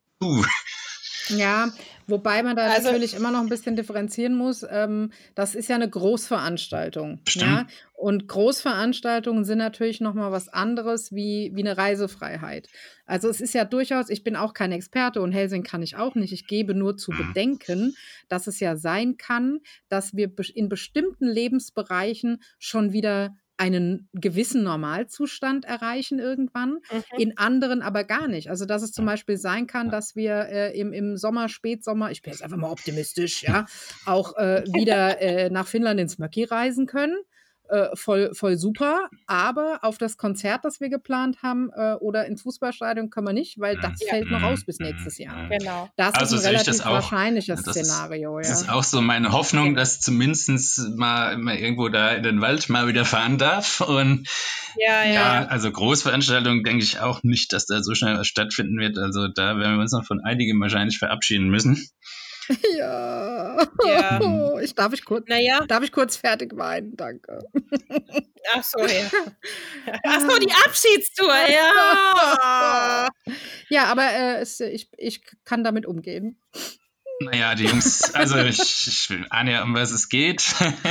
Ja, wobei man da natürlich immer noch ein bisschen differenzieren muss. Das ist ja eine Großveranstaltung. Ja? Und Großveranstaltungen sind natürlich nochmal was anderes wie eine Reisefreiheit. Also es ist ja durchaus, ich bin auch kein Experte und Helsing kann ich auch nicht. Ich gebe nur zu bedenken, dass es ja sein kann, dass wir in bestimmten Lebensbereichen schon wieder einen gewissen Normalzustand erreichen irgendwann, in anderen aber gar nicht. Also dass es zum Beispiel sein kann, dass wir im Sommer, Spätsommer, ich bin jetzt einfach mal optimistisch, auch wieder nach Finnland ins Möcki reisen können. voll super, aber auf das Konzert, das wir geplant haben, oder ins Fußballstadion können wir nicht, weil das fällt noch aus bis nächstes Jahr. Genau. Das Also ist ein sehe ich relativ das auch. wahrscheinliches Das Szenario, Das ist auch so meine Hoffnung, dass zumindest mal irgendwo da in den Wald mal wieder fahren darf. Und Ja. also Großveranstaltungen denke ich auch nicht, dass da so schnell was stattfinden wird. Also da werden wir uns noch von einigen wahrscheinlich verabschieden müssen. Ja. Darf ich kurz fertig weinen? Danke. Ach so, ja. Ach so, die Abschiedstour, ja. Ja, aber ich kann damit umgehen. Naja, die Jungs, also ich ahne ja, um was es geht.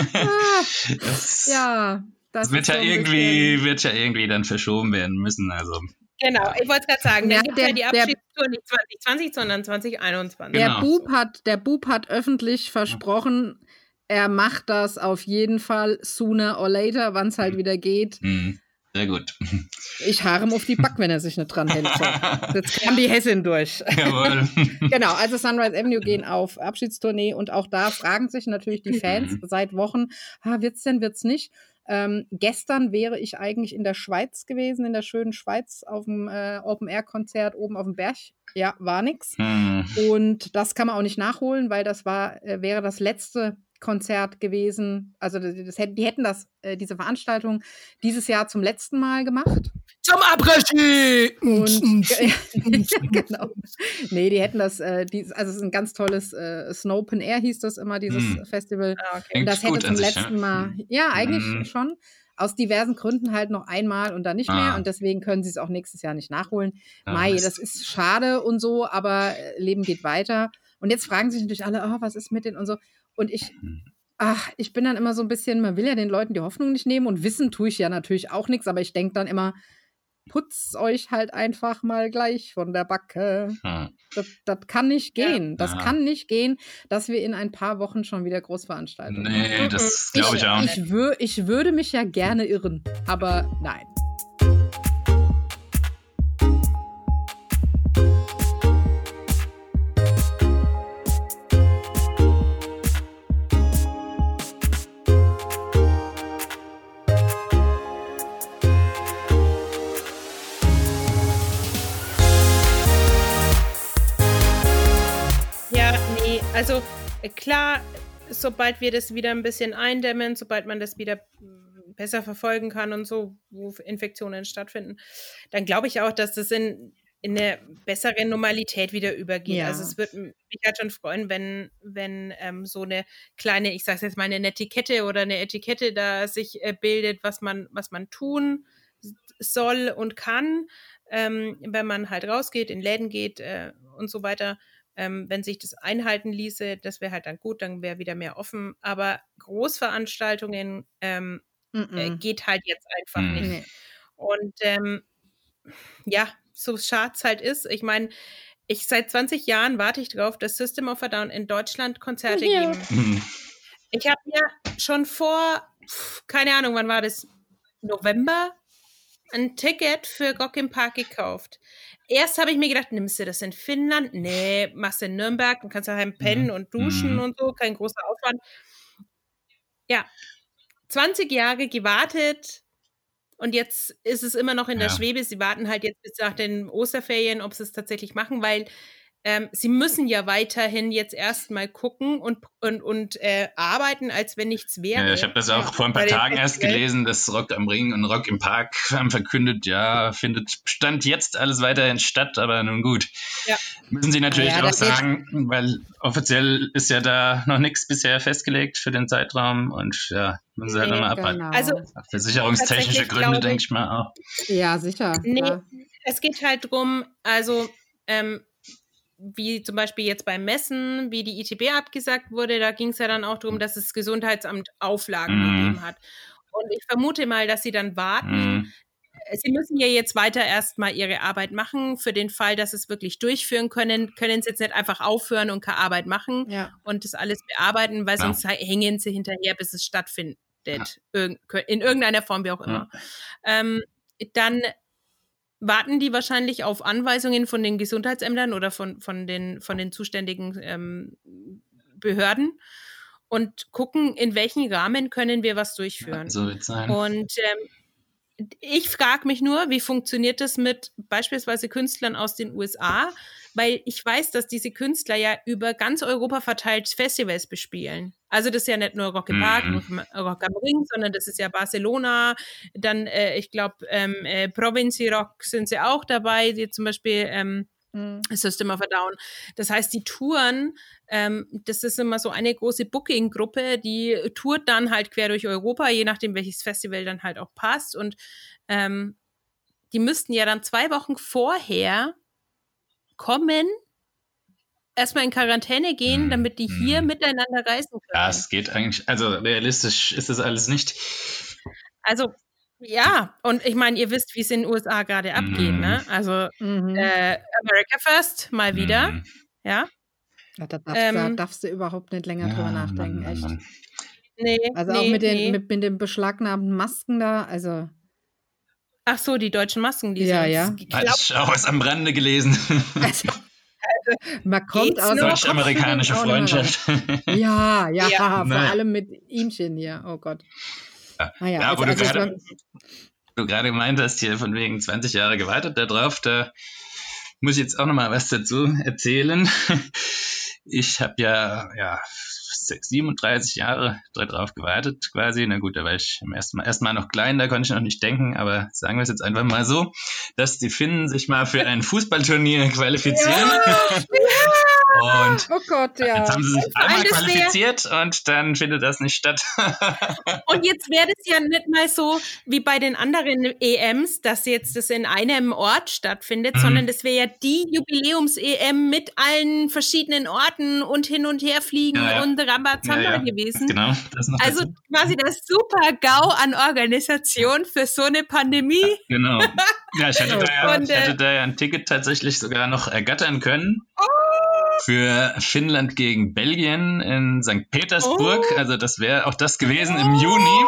Das wird ja irgendwie dann verschoben werden müssen. Also. Genau, ich wollte es gerade sagen, dann gibt es ja die Abschiedstour nicht 2020, sondern 2021. Der Bub hat öffentlich versprochen, er macht das auf jeden Fall sooner or later, wann es halt wieder geht. Sehr gut. Ich harre auf die Back, wenn er sich nicht dran hält. So. Jetzt kam die Hessin durch. Jawohl. Genau, also Sunrise Avenue gehen auf Abschiedstournee und auch da fragen sich natürlich die Fans seit Wochen, wird's denn, wird's nicht? Gestern wäre ich eigentlich in der Schweiz gewesen, in der schönen Schweiz auf dem Open-Air-Konzert oben auf dem Berg. Ja, war nix. Und das kann man auch nicht nachholen, weil das wäre das letzte Konzert gewesen. Also die hätten diese Veranstaltung dieses Jahr zum letzten Mal gemacht. Zum Après-Ski! Genau. Nee, die hätten das, also es ist ein ganz tolles Snow Open Air hieß das immer, dieses Festival. Okay. Und das hätte zum letzten Mal, eigentlich schon, aus diversen Gründen halt noch einmal und dann nicht mehr. Und deswegen können sie es auch nächstes Jahr nicht nachholen. Das ist schade und so, aber Leben geht weiter. Und jetzt fragen sich natürlich alle, was ist mit denen und so. Und ich bin dann immer so ein bisschen, man will ja den Leuten die Hoffnung nicht nehmen und wissen tue ich ja natürlich auch nichts, aber ich denke dann immer, putzt euch halt einfach mal gleich von der Backe. Das kann nicht gehen. Das kann nicht gehen, dass wir in ein paar Wochen schon wieder Großveranstaltungen haben. Nee, das glaube ich auch nicht. Ich würde mich ja gerne irren, aber nein. Also klar, sobald wir das wieder ein bisschen eindämmen, sobald man das wieder besser verfolgen kann und so, wo Infektionen stattfinden, dann glaube ich auch, dass das in eine bessere Normalität wieder übergeht. Ja. Also es würde mich halt schon freuen, wenn so eine kleine, ich sage jetzt mal eine Netiquette oder eine Etikette da sich bildet, was man tun soll und kann, wenn man halt rausgeht, in Läden geht und so weiter. Wenn sich das einhalten ließe, das wäre halt dann gut, dann wäre wieder mehr offen. Aber Großveranstaltungen geht halt jetzt einfach nicht. Und so schade es halt ist. Ich meine, seit 20 Jahren warte ich drauf, dass System of a Down in Deutschland Konzerte geben. Ich habe mir schon vor, keine Ahnung, wann war das? November? Ein Ticket für Rock im Park gekauft. Erst habe ich mir gedacht, nimmst du das in Finnland? Nee, machst du in Nürnberg, dann kannst du daheim pennen und duschen und so, kein großer Aufwand. Ja, 20 Jahre gewartet und jetzt ist es immer noch in der Schwebe. Sie warten halt jetzt bis nach den Osterferien, ob sie es tatsächlich machen, weil sie müssen ja weiterhin jetzt erstmal gucken und arbeiten, als wenn nichts wäre. Ja, ich habe das auch vor ein paar Tagen erst gelesen, dass Rock am Ring und Rock im Park haben verkündet, findet Stand jetzt alles weiterhin statt, aber nun gut. Ja. Müssen sie natürlich auch sagen, weil offiziell ist ja da noch nichts bisher festgelegt für den Zeitraum und müssen sie halt nochmal abwarten. Genau. Also versicherungstechnische Gründe, denke ich mal auch. Ja, sicher. Nee, es geht halt drum, also wie zum Beispiel jetzt beim Messen, wie die ITB abgesagt wurde, da ging es ja dann auch darum, dass das Gesundheitsamt Auflagen gegeben hat. Und ich vermute mal, dass sie dann warten. Sie müssen ja jetzt weiter erstmal ihre Arbeit machen. Für den Fall, dass sie es wirklich durchführen können sie jetzt nicht einfach aufhören und keine Arbeit machen und das alles bearbeiten, weil sonst hängen sie hinterher, bis es stattfindet. In irgendeiner Form, wie auch immer. Dann warten die wahrscheinlich auf Anweisungen von den Gesundheitsämtern oder von den zuständigen Behörden. und gucken, in welchem Rahmen können wir was durchführen. So wird's sein. Und ich frage mich nur, wie funktioniert das mit beispielsweise Künstlern aus den USA? Weil ich weiß, dass diese Künstler ja über ganz Europa verteilt Festivals bespielen. Also das ist ja nicht nur Rock im Park, Rock am Ring, sondern das ist ja Barcelona. Dann, ich glaube, Provinci Rock sind sie auch dabei, die zum Beispiel System of a Down. Das heißt, die Touren, das ist immer so eine große Booking-Gruppe, die tourt dann halt quer durch Europa, je nachdem, welches Festival dann halt auch passt. Und die müssten ja dann 2 Wochen vorher kommen, erstmal in Quarantäne gehen, damit die hier miteinander reisen können. Ja, es geht eigentlich, also realistisch ist das alles nicht. Also, ja, und ich meine, ihr wisst, wie es in den USA gerade abgeht, ne? Also, America First, mal wieder, ja. Ja, da darfst du überhaupt nicht länger drüber nachdenken, echt. Nee, also auch mit den beschlagnahmten Masken da, also. Ach so, die deutschen Masken, die ja. Hatte ich auch was am Rande gelesen. Also, man kommt aus deutsch-amerikanische Freundschaft. Ja, vor allem mit ihmchen hier, oh Gott. Ja, wo du gerade gemeint hast, hier von wegen 20 Jahre gewartet darauf, da muss ich jetzt auch nochmal was dazu erzählen. Ich habe ja 37 Jahre darauf gewartet quasi. Na gut, da war ich erstmal noch klein, da konnte ich noch nicht denken, aber sagen wir es jetzt einfach mal so, dass die Finnen sich mal für ein Fußballturnier qualifizieren. Und oh Gott, ja. Jetzt haben sie sich einmal qualifiziert und dann findet das nicht statt. Und jetzt wäre das ja nicht mal so wie bei den anderen EMs, dass jetzt das in einem Ort stattfindet, sondern das wäre ja die Jubiläums-EM mit allen verschiedenen Orten und hin und her fliegen und Rambazamba gewesen. Genau, also quasi das Super-GAU an Organisation für so eine Pandemie. Ja, genau. Ja, ich hätte da ja ein Ticket tatsächlich sogar noch ergattern können. Für Finnland gegen Belgien in St. Petersburg. Also das wäre auch das gewesen im Juni.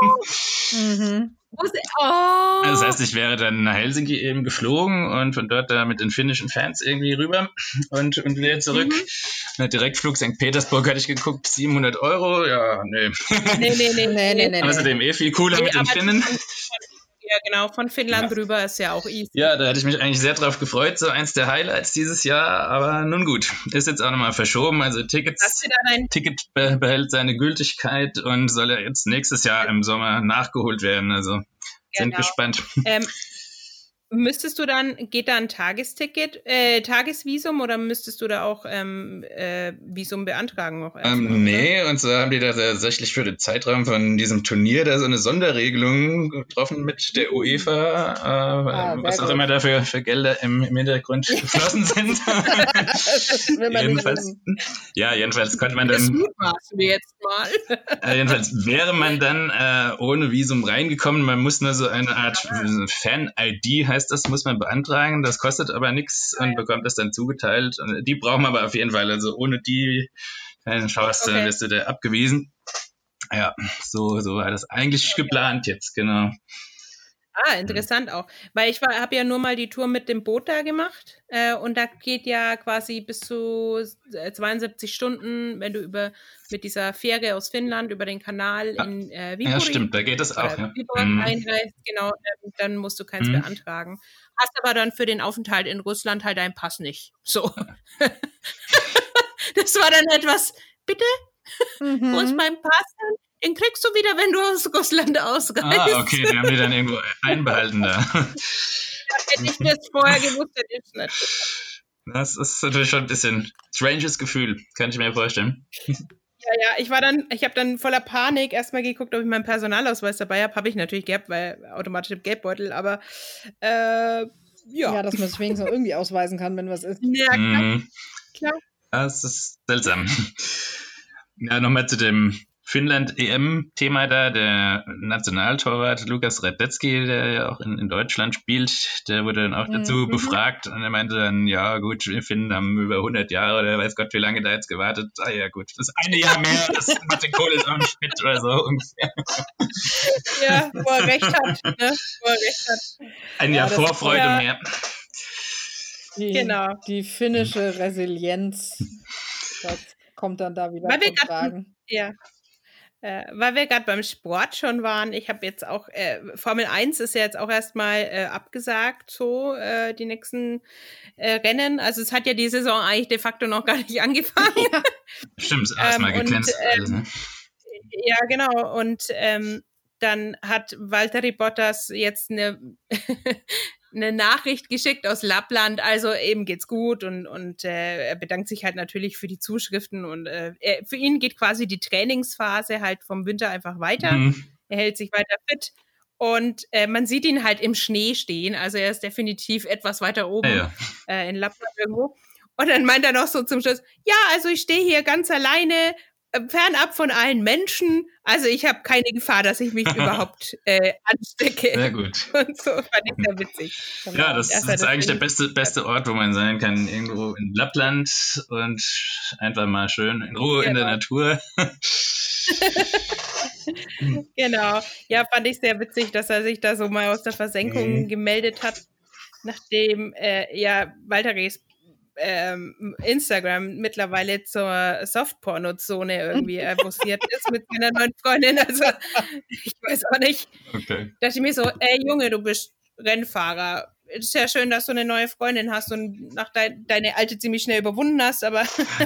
Das heißt, ich wäre dann nach Helsinki eben geflogen und von dort da mit den finnischen Fans irgendwie rüber und wieder zurück. Der Direktflug St. Petersburg hatte ich geguckt, 700 €. Ja, nee. Nee. Außerdem viel cooler mit den Finnen. Ja, genau, von Finnland rüber ist ja auch easy. Ja, da hatte ich mich eigentlich sehr drauf gefreut, so eins der Highlights dieses Jahr, aber nun gut, ist jetzt auch nochmal verschoben, also Ticket behält seine Gültigkeit und soll ja jetzt nächstes Jahr im Sommer nachgeholt werden, also sind gespannt. Müsstest du dann, geht da ein Tagesvisum oder müsstest du da auch Visum beantragen noch? Nee, und so haben die da tatsächlich für den Zeitraum von diesem Turnier da so eine Sonderregelung getroffen mit der UEFA, was auch immer da für Gelder im Hintergrund geflossen sind. Jedenfalls konnte man dann... Das mutmaßen wir jetzt mal. Jedenfalls wäre man dann ohne Visum reingekommen, man muss nur so eine Art Fan-ID heißt das, muss man beantragen, das kostet aber nichts und bekommt das dann zugeteilt. Und die brauchen wir aber auf jeden Fall, also ohne die keine Chance, dann wirst du da abgewiesen. Ja, so war das eigentlich geplant jetzt, genau. Interessant auch, weil ich habe ja nur mal die Tour mit dem Boot da gemacht und da geht ja quasi bis zu 72 Stunden, wenn du mit dieser Fähre aus Finnland über den Kanal in Viipuri. Ja, stimmt, da geht es auch. Einreist, genau, dann musst du keins beantragen. Hast aber dann für den Aufenthalt in Russland halt deinen Pass nicht. So. Das war dann etwas, bitte? Wo ist mein Pass denn? Den kriegst du wieder, wenn du aus Russland ausreist. Okay, die haben die dann irgendwo einbehalten da. Hätte ich das vorher gewusst, hätte ich es nicht. Das ist natürlich schon ein bisschen stranges Gefühl, kann ich mir vorstellen. Ja, ich habe dann voller Panik erstmal geguckt, ob ich meinen Personalausweis dabei habe. Habe ich natürlich gehabt, weil automatisch im Geldbeutel, aber Ja, dass man sich wenigstens irgendwie ausweisen kann, wenn was ist. Ja, klar. Das ist seltsam. Ja, nochmal zu dem Finnland-EM-Thema da, der Nationaltorwart Lukas Radetzky, der ja auch in Deutschland spielt, der wurde dann auch dazu befragt und er meinte dann, ja gut, wir Finnen haben über 100 Jahre oder weiß Gott wie lange da jetzt gewartet. Ja gut, das eine Jahr mehr, das Martin Kohl ist am Schmidt oder so ungefähr. Ja, wo er recht hat, ne? Ein Jahr Vorfreude mehr. Die finnische Resilienz, das kommt dann da wieder zum Tragen. Ja. Weil wir gerade beim Sport schon waren, ich habe jetzt auch, Formel 1 ist ja jetzt auch erstmal abgesagt, so die nächsten Rennen. Also es hat ja die Saison eigentlich de facto noch gar nicht angefangen. Ja. Stimmt, ist erstmal gecancelt. Ne? Ja, genau. Und dann hat Valtteri Bottas jetzt eine Nachricht geschickt aus Lappland, also eben geht's gut und er bedankt sich halt natürlich für die Zuschriften und für ihn geht quasi die Trainingsphase halt vom Winter einfach weiter. Er hält sich weiter fit und man sieht ihn halt im Schnee stehen, also er ist definitiv etwas weiter oben in Lappland irgendwo. Und dann meint er noch so zum Schluss, ja, also ich stehe hier ganz alleine, fernab von allen Menschen, also ich habe keine Gefahr, dass ich mich überhaupt anstecke. Sehr gut. Und so fand ich sehr witzig. Ja, das ist eigentlich der beste Ort, wo man sein kann, irgendwo in Lappland und einfach mal schön in Ruhe in der Natur. Genau. Ja, fand ich sehr witzig, dass er sich da so mal aus der Versenkung gemeldet hat, nachdem Valtteris Instagram mittlerweile zur Softporno-Zone irgendwie avanciert ist mit seiner neuen Freundin. Also ich weiß auch nicht. Okay. Da dachte ich mir so, ey Junge, du bist Rennfahrer. Ist ja schön, dass du eine neue Freundin hast und deine alte ziemlich schnell überwunden hast, aber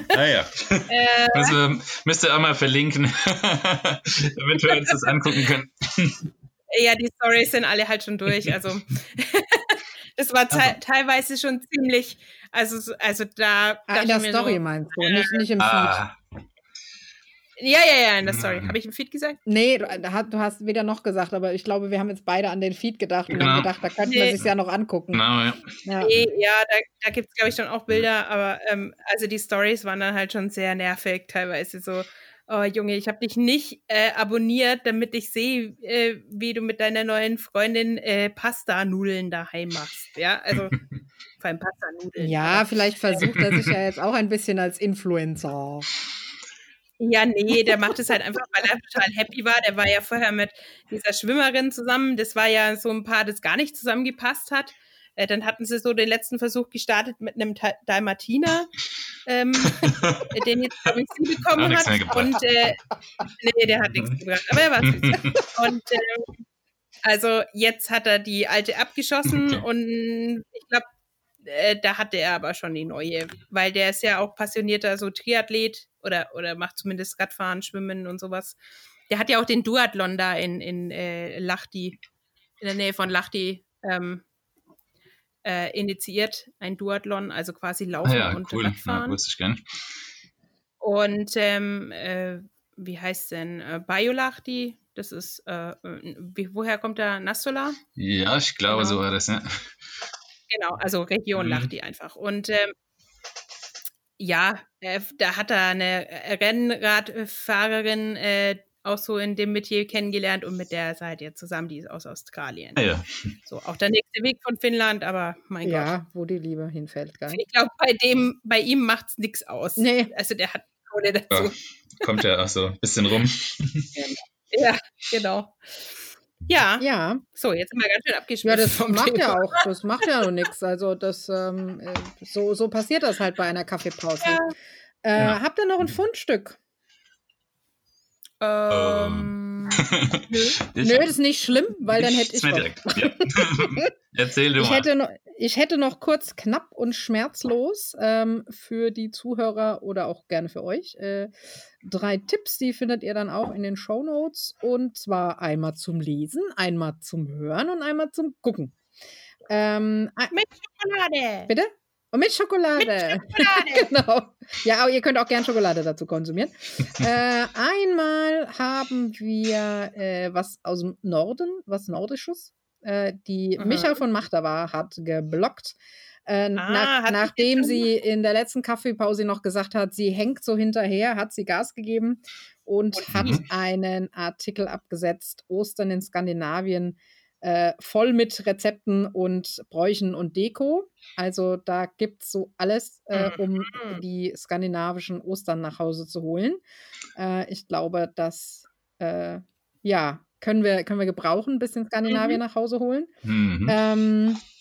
also, müsst ihr auch mal verlinken, damit wir uns das angucken können. Ja, die Storys sind alle halt schon durch. Also das war teilweise schon ziemlich, also da. In der Story so, meinst du, nicht im Feed. Ja, in der Story. Habe ich im Feed gesagt? Nee, du hast weder noch gesagt, aber ich glaube, wir haben jetzt beide an den Feed gedacht und haben gedacht, da könnte man sich ja noch angucken. Genau, da gibt es, glaube ich, schon auch Bilder, aber also die Stories waren dann halt schon sehr nervig, teilweise so. Oh Junge, ich habe dich nicht abonniert, damit ich sehe, wie du mit deiner neuen Freundin Pasta-Nudeln daheim machst. Ja, also vor allem Pasta-Nudeln. Ja, vielleicht versucht er sich ja jetzt auch ein bisschen als Influencer. Ja, nee, der macht es halt einfach, weil er total happy war. Der war ja vorher mit dieser Schwimmerin zusammen. Das war ja so ein Paar, das gar nicht zusammengepasst hat. Dann hatten sie so den letzten Versuch gestartet mit einem Dalmatiner, den jetzt, glaube ich, sie bekommen hat. Und nee, der hat nichts gebracht, aber er war süß. Und also jetzt hat er die alte abgeschossen und ich glaube, da hatte er aber schon die neue, weil der ist ja auch passionierter so Triathlet oder macht zumindest Radfahren, Schwimmen und sowas. Der hat ja auch den Duathlon da in Lahti, in der Nähe von Lahti, initiiert, ein Duathlon, also quasi Laufen und Radfahren. Ja, wusste ich gar nicht. Und wie heißt denn? Biolahti, das ist, woher kommt der Nastola? Ja, ich glaube, so war das, ja. Genau, also Region Lahti einfach. Und da hat er eine Rennradfahrerin auch so in dem Metier kennengelernt und mit der seid ihr zusammen, die ist aus Australien. Ja. So, auch der nächste Weg von Finnland, aber mein Gott. Ja, wo die Liebe hinfällt, gell? Ich glaube, bei ihm macht's nichts aus. Nee. Also der hat Kohle dazu. Ja, kommt ja auch so ein bisschen rum. Ja, genau. Ja. So, jetzt sind wir ganz schön abgeschmissen. Ja, das macht ja noch nichts. Also das so passiert das halt bei einer Kaffeepause. Ja. Habt ihr noch ein Fundstück? Nö. Nö, das ist nicht schlimm, weil dann hätte ich was. Direkt. Ja. Erzähl du mal. Ich hätte noch kurz, knapp und schmerzlos für die Zuhörer oder auch gerne für euch 3 Tipps, die findet ihr dann auch in den Shownotes. Und zwar einmal zum Lesen, einmal zum Hören und einmal zum Gucken. Mit Schokolade. Bitte? Und mit Schokolade. Genau. Ja, aber ihr könnt auch gern Schokolade dazu konsumieren. Einmal haben wir was aus dem Norden, was Nordisches. Die Micha von Machtava hat geblockt. Nachdem sie in der letzten Kaffeepause noch gesagt hat, sie hängt so hinterher, hat sie Gas gegeben und hat einen Artikel abgesetzt, Ostern in Skandinavien, voll mit Rezepten und Bräuchen und Deko. Also da gibt es so alles, um die skandinavischen Ostern nach Hause zu holen. Ich glaube, das können wir gebrauchen, ein bisschen Skandinavien nach Hause holen.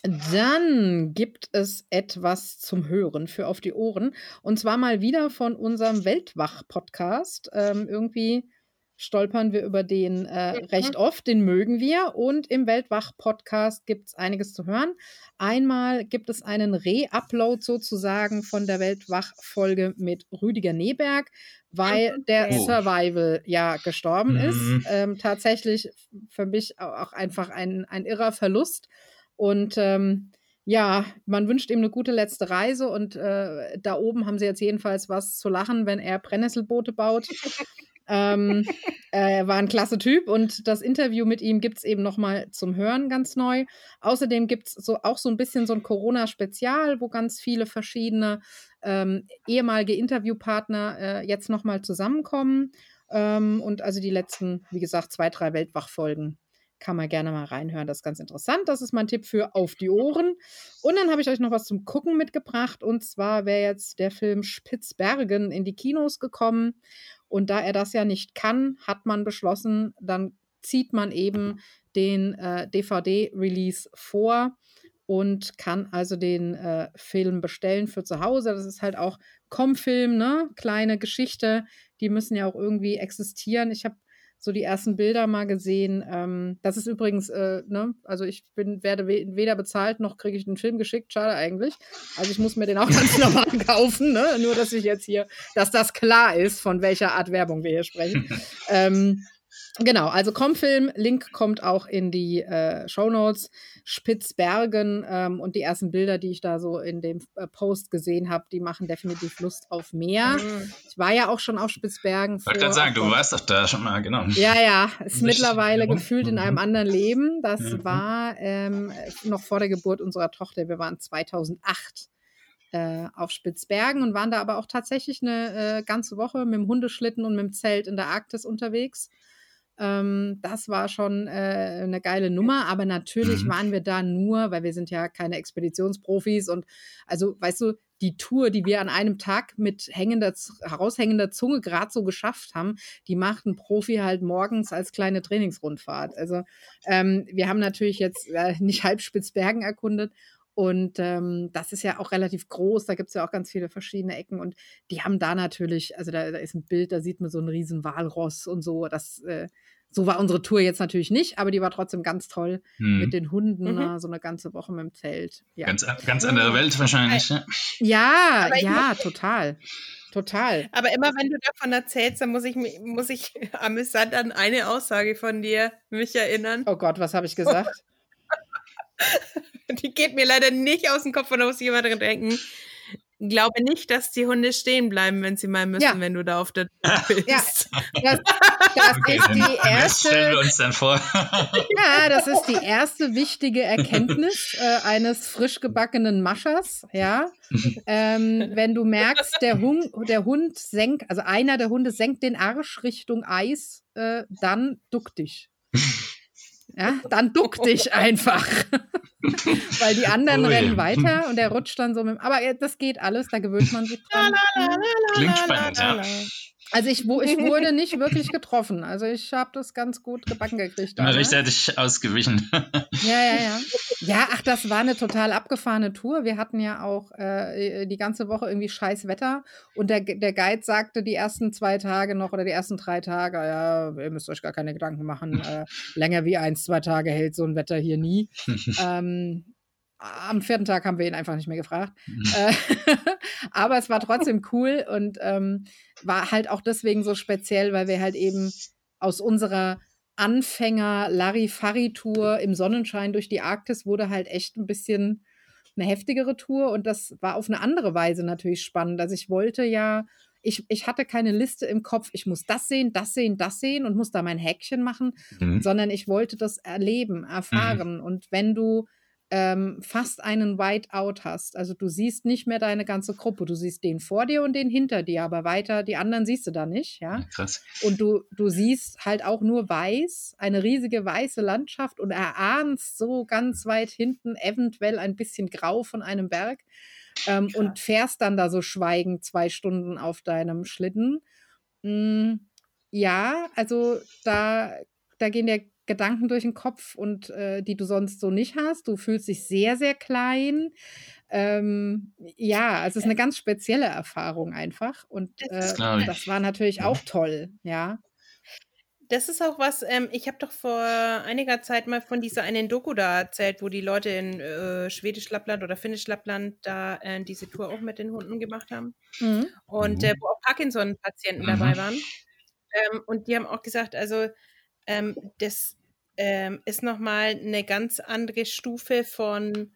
Dann gibt es etwas zum Hören für auf die Ohren. Und zwar mal wieder von unserem Weltwach-Podcast. Irgendwie stolpern wir über den recht oft, den mögen wir. Und im Weltwach-Podcast gibt es einiges zu hören. Einmal gibt es einen Re-Upload sozusagen von der Weltwach-Folge mit Rüdiger Neberg, weil der Survival ja gestorben ist. Tatsächlich für mich auch einfach ein irrer Verlust. Und ja, man wünscht ihm eine gute letzte Reise und da oben haben sie jetzt jedenfalls was zu lachen, wenn er Brennnesselboote baut. War ein klasse Typ und das Interview mit ihm gibt es eben nochmal zum Hören ganz neu. Außerdem gibt es auch so ein bisschen so ein Corona-Spezial, wo ganz viele verschiedene ehemalige Interviewpartner jetzt nochmal zusammenkommen. Und also die letzten, wie gesagt, 2, 3 Weltwach-Folgen kann man gerne mal reinhören. Das ist ganz interessant. Das ist mein Tipp für auf die Ohren. Und dann habe ich euch noch was zum Gucken mitgebracht. Und zwar wäre jetzt der Film Spitzbergen in die Kinos gekommen. Und da er das ja nicht kann, hat man beschlossen, dann zieht man eben den DVD-Release vor und kann also den Film bestellen für zu Hause. Das ist halt auch Com-Film, ne? Kleine Geschichte. Die müssen ja auch irgendwie existieren. Ich habe so die ersten Bilder mal gesehen. Das ist übrigens, ne, also ich werde weder bezahlt, noch kriege ich den Film geschickt. Schade eigentlich. Also ich muss mir den auch ganz normal kaufen, ne? Nur, dass ich jetzt hier, dass das klar ist, von welcher Art Werbung wir hier sprechen. Genau, also Com-Film, Link kommt auch in die Shownotes. Spitzbergen und die ersten Bilder, die ich da so in dem Post gesehen habe, die machen definitiv Lust auf mehr. Ich war ja auch schon auf Spitzbergen. Ich wollte gerade sagen, du warst doch da schon mal, genau. Ja, ist mittlerweile gefühlt in einem anderen Leben. Das war noch vor der Geburt unserer Tochter. Wir waren 2008 auf Spitzbergen und waren da aber auch tatsächlich eine ganze Woche mit dem Hundeschlitten und mit dem Zelt in der Arktis unterwegs. Das war schon eine geile Nummer, aber natürlich waren wir da nur, weil wir sind ja keine Expeditionsprofis und also, weißt du, die Tour, die wir an einem Tag mit heraushängender Zunge gerade so geschafft haben, die macht ein Profi halt morgens als kleine Trainingsrundfahrt. Also wir haben natürlich jetzt nicht halb Spitzbergen erkundet. Und das ist ja auch relativ groß, da gibt es ja auch ganz viele verschiedene Ecken und die haben da natürlich, also da ist ein Bild, da sieht man so einen riesen Walross und so, so war unsere Tour jetzt natürlich nicht, aber die war trotzdem ganz toll mit den Hunden, so eine ganze Woche mit dem Zelt. Ja. Ganz andere Welt wahrscheinlich, ne? Ja, total. Aber immer wenn du davon erzählst, dann muss ich amüsant an eine Aussage von dir mich erinnern. Oh Gott, was habe ich gesagt? Die geht mir leider nicht aus dem Kopf und da muss ich immer dran denken. Glaube nicht, dass die Hunde stehen bleiben, wenn sie mal müssen, wenn du da auf der Tour bist. Ja, das okay, ist die erste. Das stellen wir uns dann vor. Ja, das ist die erste wichtige Erkenntnis eines frisch gebackenen Maschers. Ja, wenn du merkst, der Hund senkt, also einer der Hunde senkt den Arsch Richtung Eis, dann duck dich. Ja, dann duck dich einfach. Weil die anderen rennen weiter und der rutscht dann so mit. Aber das geht alles, da gewöhnt man sich dran. Klingt spannend, ja. Also ich wurde nicht wirklich getroffen. Also ich habe das ganz gut gebacken gekriegt. Immer rechtzeitig ausgewichen. Ja. Ja, ach, das war eine total abgefahrene Tour. Wir hatten ja auch die ganze Woche irgendwie scheiß Wetter. Und der Guide sagte die ersten 2 Tage noch oder die ersten 3 Tage, ja, ihr müsst euch gar keine Gedanken machen. Länger wie 1, 2 Tage hält so ein Wetter hier nie. Am 4. Tag haben wir ihn einfach nicht mehr gefragt. Aber es war trotzdem cool und war halt auch deswegen so speziell, weil wir halt eben aus unserer Anfänger-Larifari-Tour im Sonnenschein durch die Arktis wurde halt echt ein bisschen eine heftigere Tour und das war auf eine andere Weise natürlich spannend. Also ich wollte ja, ich hatte keine Liste im Kopf, ich muss das sehen und muss da mein Häkchen machen, sondern ich wollte das erleben, erfahren. Und wenn du fast einen Whiteout hast. Also du siehst nicht mehr deine ganze Gruppe. Du siehst den vor dir und den hinter dir, aber weiter, die anderen siehst du da nicht. Ja? Krass. Und du siehst halt auch nur weiß, eine riesige weiße Landschaft und erahnst so ganz weit hinten eventuell ein bisschen grau von einem Berg und fährst dann da so schweigend 2 Stunden auf deinem Schlitten. Ja, also da gehen dir Gedanken durch den Kopf und die du sonst so nicht hast. Du fühlst dich sehr, sehr klein. Ja, also es ist eine ganz spezielle Erfahrung einfach. Und Das das war natürlich auch toll, ja. Das ist auch was, ich habe doch vor einiger Zeit mal von dieser einen Doku da erzählt, wo die Leute in Schwedisch-Lappland oder Finnisch-Lappland da diese Tour auch mit den Hunden gemacht haben. Und wo auch Parkinson-Patienten dabei waren. Und die haben auch gesagt, also das ist nochmal eine ganz andere Stufe von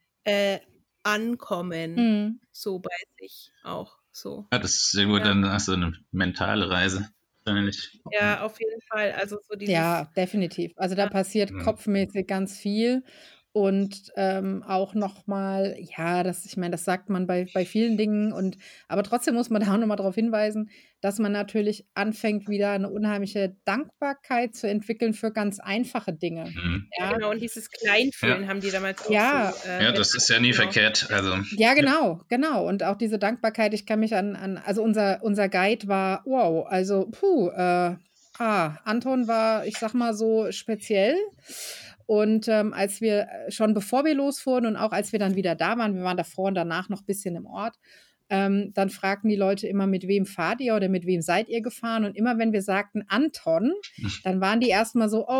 Ankommen, so bei sich auch so. Ja, das ist sehr gut, dann hast du eine mentale Reise. Ja, auf jeden Fall. Also so dieses, ja, definitiv. Also da passiert kopfmäßig ganz viel. Und auch nochmal, ja, ich meine, das sagt man bei vielen Dingen. Aber trotzdem muss man da auch nochmal darauf hinweisen, dass man natürlich anfängt, wieder eine unheimliche Dankbarkeit zu entwickeln für ganz einfache Dinge. Ja, genau. Und dieses Kleinfühlen haben die damals auch so. Ja, das ist ja nie verkehrt. Also. Ja, genau. Und auch diese Dankbarkeit, ich kann mich also unser Guide war, wow, also Anton war, ich sag mal so, speziell. Und als wir, schon bevor wir losfuhren und auch als wir dann wieder da waren, wir waren davor und danach noch ein bisschen im Ort, dann fragten die Leute immer, mit wem fahrt ihr oder mit wem seid ihr gefahren? Und immer wenn wir sagten Anton, dann waren die erstmal so,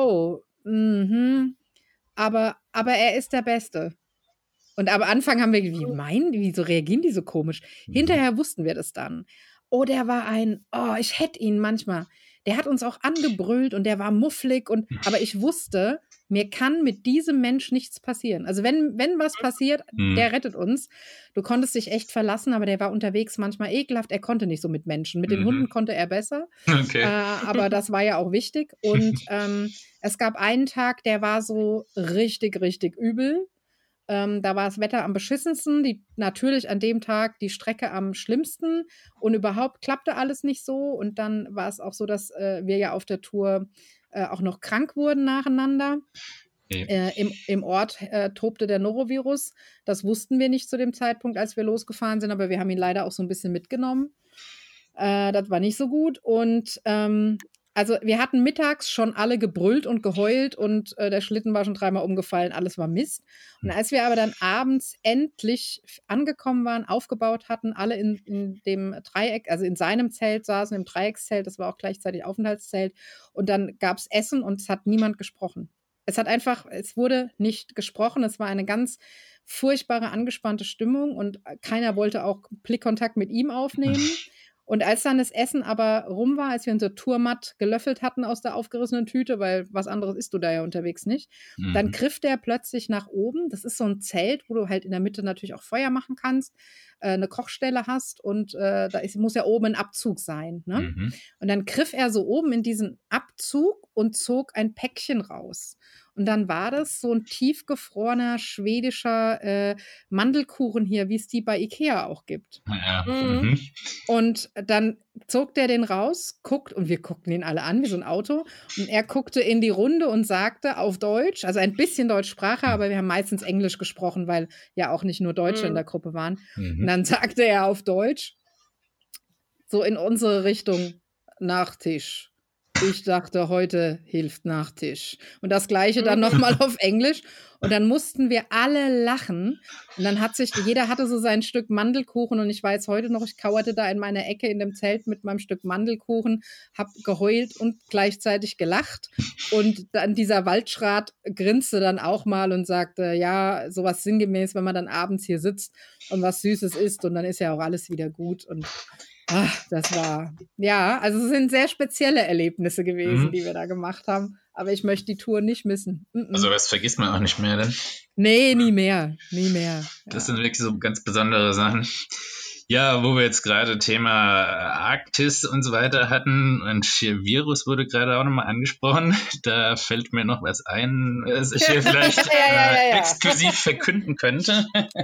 aber er ist der Beste. Und am Anfang haben wir, wieso reagieren die so komisch? Hinterher wussten wir das dann. Oh, der war ich hätte ihn manchmal. Der hat uns auch angebrüllt und der war mufflig. Aber ich wusste, mir kann mit diesem Mensch nichts passieren. Also wenn was passiert, der rettet uns. Du konntest dich echt verlassen, aber der war unterwegs manchmal ekelhaft. Er konnte nicht so mit Menschen. Mit den Hunden konnte er besser. Okay. Aber das war ja auch wichtig. Und es gab einen Tag, der war so richtig, richtig übel. Da war das Wetter am beschissensten, natürlich an dem Tag die Strecke am schlimmsten und überhaupt klappte alles nicht so. Und dann war es auch so, dass wir ja auf der Tour auch noch krank wurden nacheinander. Im Ort tobte der Norovirus. Das wussten wir nicht zu dem Zeitpunkt, als wir losgefahren sind, aber wir haben ihn leider auch so ein bisschen mitgenommen. Das war nicht so gut. Und also wir hatten mittags schon alle gebrüllt und geheult und der Schlitten war schon 3-mal umgefallen, alles war Mist. Und als wir aber dann abends endlich angekommen waren, aufgebaut hatten, alle in dem Dreieck, also in seinem Zelt saßen, im Dreieckszelt, das war auch gleichzeitig Aufenthaltszelt, und dann gab es Essen und es hat niemand gesprochen. Es wurde nicht gesprochen, es war eine ganz furchtbare, angespannte Stimmung und keiner wollte auch Blickkontakt mit ihm aufnehmen. Und als dann das Essen aber rum war, als wir unser Tourmatt gelöffelt hatten aus der aufgerissenen Tüte, weil was anderes isst du da ja unterwegs nicht, dann griff der plötzlich nach oben. Das ist so ein Zelt, wo du halt in der Mitte natürlich auch Feuer machen kannst, eine Kochstelle hast und muss ja oben ein Abzug sein. Ne? Und dann griff er so oben in diesen Abzug und zog ein Päckchen raus. Und dann war das so ein tiefgefrorener schwedischer Mandelkuchen hier, wie es die bei Ikea auch gibt. Ja. Und dann zog der den raus, guckt, und wir guckten ihn alle an wie so ein Auto, und er guckte in die Runde und sagte auf Deutsch, also ein bisschen Deutsch sprach er, aber wir haben meistens Englisch gesprochen, weil ja auch nicht nur Deutsche in der Gruppe waren. Und dann sagte er auf Deutsch, so in unsere Richtung, Nachtisch. Ich dachte, heute hilft Nachtisch. Und das Gleiche dann nochmal auf Englisch. Und dann mussten wir alle lachen. Und dann jeder hatte so sein Stück Mandelkuchen. Und ich weiß heute noch, ich kauerte da in meiner Ecke in dem Zelt mit meinem Stück Mandelkuchen, habe geheult und gleichzeitig gelacht. Und dann dieser Waldschrat grinste dann auch mal und sagte, ja, sowas sinngemäß, wenn man dann abends hier sitzt und was Süßes isst. Und dann ist ja auch alles wieder gut. Und das war, ja, also es sind sehr spezielle Erlebnisse gewesen, die wir da gemacht haben. Aber ich möchte die Tour nicht missen. Also das vergisst man auch nicht mehr, dann? Nee, nie mehr. Ja. Das sind wirklich so ganz besondere Sachen. Ja, wo wir jetzt gerade Thema Arktis und so weiter hatten und hier Virus wurde gerade auch nochmal angesprochen, da fällt mir noch was ein, was ich hier vielleicht exklusiv verkünden könnte.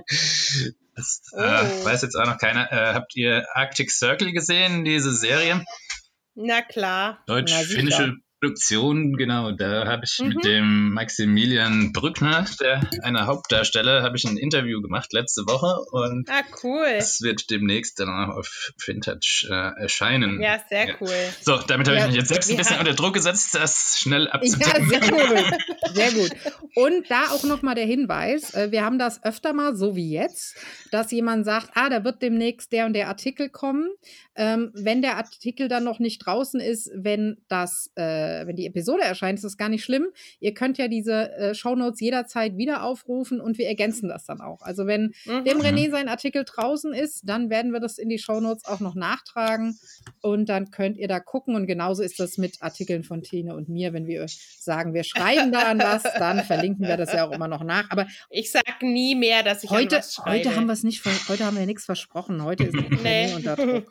Das weiß jetzt auch noch keiner. Habt ihr Arctic Circle gesehen, diese Serie? Na klar. Deutsch-finnische Produktion, genau, da habe ich mit dem Maximilian Brückner, einer Hauptdarsteller, habe ich ein Interview gemacht letzte Woche und cool. Das wird demnächst dann auch auf Vintage erscheinen. Ja, sehr cool. So, damit habe ich mich jetzt selbst ein bisschen unter Druck gesetzt, das schnell abzutippen. Ja, sehr gut. Sehr gut. Und da auch nochmal der Hinweis, wir haben das öfter mal, so wie jetzt, dass jemand sagt, da wird demnächst der und der Artikel kommen. Wenn der Artikel dann noch nicht draußen ist, wenn die Episode erscheint, ist das gar nicht schlimm. Ihr könnt ja diese Shownotes jederzeit wieder aufrufen und wir ergänzen das dann auch. Also wenn dem René sein Artikel draußen ist, dann werden wir das in die Shownotes auch noch nachtragen und dann könnt ihr da gucken und genauso ist das mit Artikeln von Tine und mir, wenn wir sagen, wir schreiben da an was, dann verlinken wir das ja auch immer noch nach. Aber ich sage nie mehr, dass ich heute, an was schreibe. Heute haben wir nichts versprochen. Heute ist René unter Druck.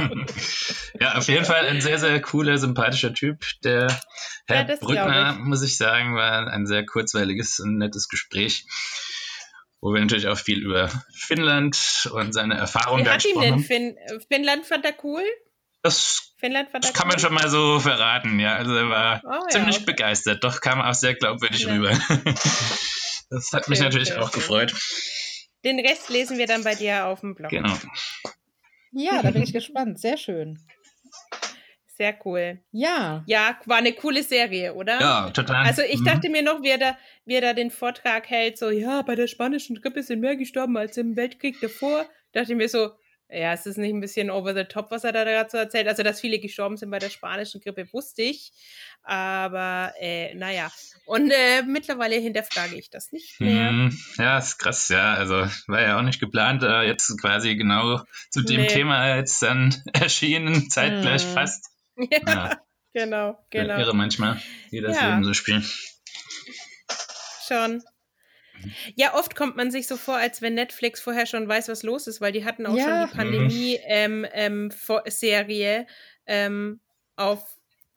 Ja, auf jeden Fall ein sehr, sehr cooler, sympathischer Typ. Der Herr Brückner, muss ich sagen, war ein sehr kurzweiliges und nettes Gespräch, wo wir natürlich auch viel über Finnland und seine Erfahrungen gesprochen haben. Wie hat ihm denn Finnland fand er cool? Das kann man schon mal so verraten, ja. Also er war ziemlich begeistert, doch kam auch sehr glaubwürdig rüber. Das hat mich natürlich auch gefreut. Den Rest lesen wir dann bei dir auf dem Blog. Genau. Ja, da bin ich gespannt. Sehr schön. Sehr cool. Ja. Ja, war eine coole Serie, oder? Ja, total. Also ich dachte mir noch, wie er da den Vortrag hält, so, ja, bei der spanischen Grippe sind mehr gestorben als im Weltkrieg davor. Dachte ich mir so, ja, ist das nicht ein bisschen over the top, was er da gerade so erzählt? Also, dass viele gestorben sind bei der spanischen Grippe, wusste ich. Aber, naja. Und mittlerweile hinterfrage ich das nicht mehr. Ja, ist krass, ja. Also, war ja auch nicht geplant, jetzt quasi genau zu dem Thema jetzt dann erschienen, zeitgleich fast. Ja, genau. Irre manchmal, wie das Leben so spielt. Schon. Ja, oft kommt man sich so vor, als wenn Netflix vorher schon weiß, was los ist, weil die hatten auch schon die Pandemie-Serie auf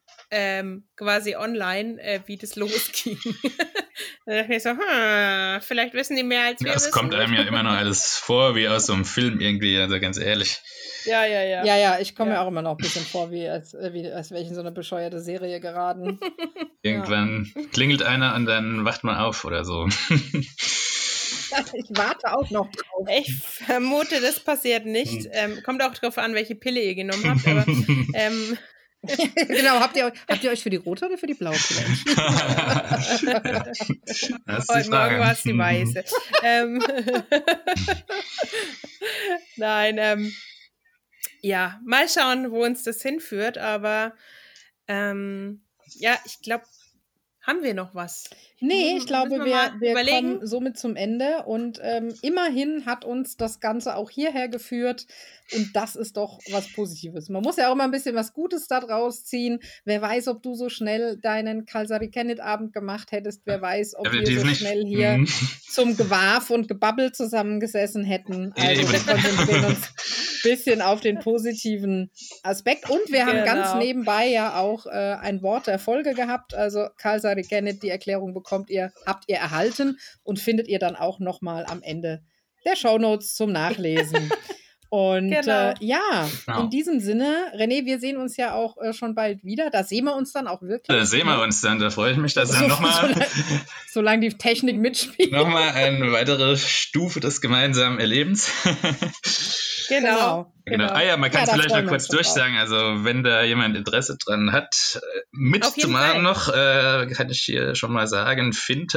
quasi online, wie das losging. Da dachte ich so, vielleicht wissen die mehr als wir wissen. Das kommt einem ja immer noch alles vor, wie aus so einem Film irgendwie, also ganz ehrlich. Ja, ich komme mir auch immer noch ein bisschen vor, wie als wäre ich in so eine bescheuerte Serie geraten. Irgendwann klingelt einer und dann wacht man auf oder so. Ich warte auch noch drauf. Ich vermute, das passiert nicht. Kommt auch drauf an, welche Pille ihr genommen habt, aber genau, habt ihr euch für die rote oder für die blaue Pille entschieden? Heute Morgen war es die weiße. Nein, ja, mal schauen, wo uns das hinführt, aber ich glaube, haben wir noch was? Nee, ich glaube, wir kommen somit zum Ende und immerhin hat uns das Ganze auch hierher geführt und das ist doch was Positives. Man muss ja auch immer ein bisschen was Gutes da draus ziehen. Wer weiß, ob du so schnell deinen Kalsari-Kenneth-Abend gemacht hättest. Wer weiß, ob wir so schnell hier zum Gewarf und Gebabbel zusammengesessen hätten. Also wir konzentrieren uns ein bisschen auf den positiven Aspekt und wir haben ganz nebenbei ja auch ein Wort der Folge gehabt. Also Kalsari-Kenneth, die Erklärung habt ihr erhalten und findet ihr dann auch nochmal am Ende der Shownotes zum Nachlesen. Und in diesem Sinne, René, wir sehen uns ja auch schon bald wieder. Da sehen wir uns dann auch wirklich. Da sehen wir uns dann, da freue ich mich, dass dann nochmal solange die Technik mitspielt. Nochmal eine weitere Stufe des gemeinsamen Erlebens. Genau. Ah ja, man kann es vielleicht noch kurz durchsagen. Also wenn da jemand Interesse dran hat, mitzumachen noch, kann ich hier schon mal sagen,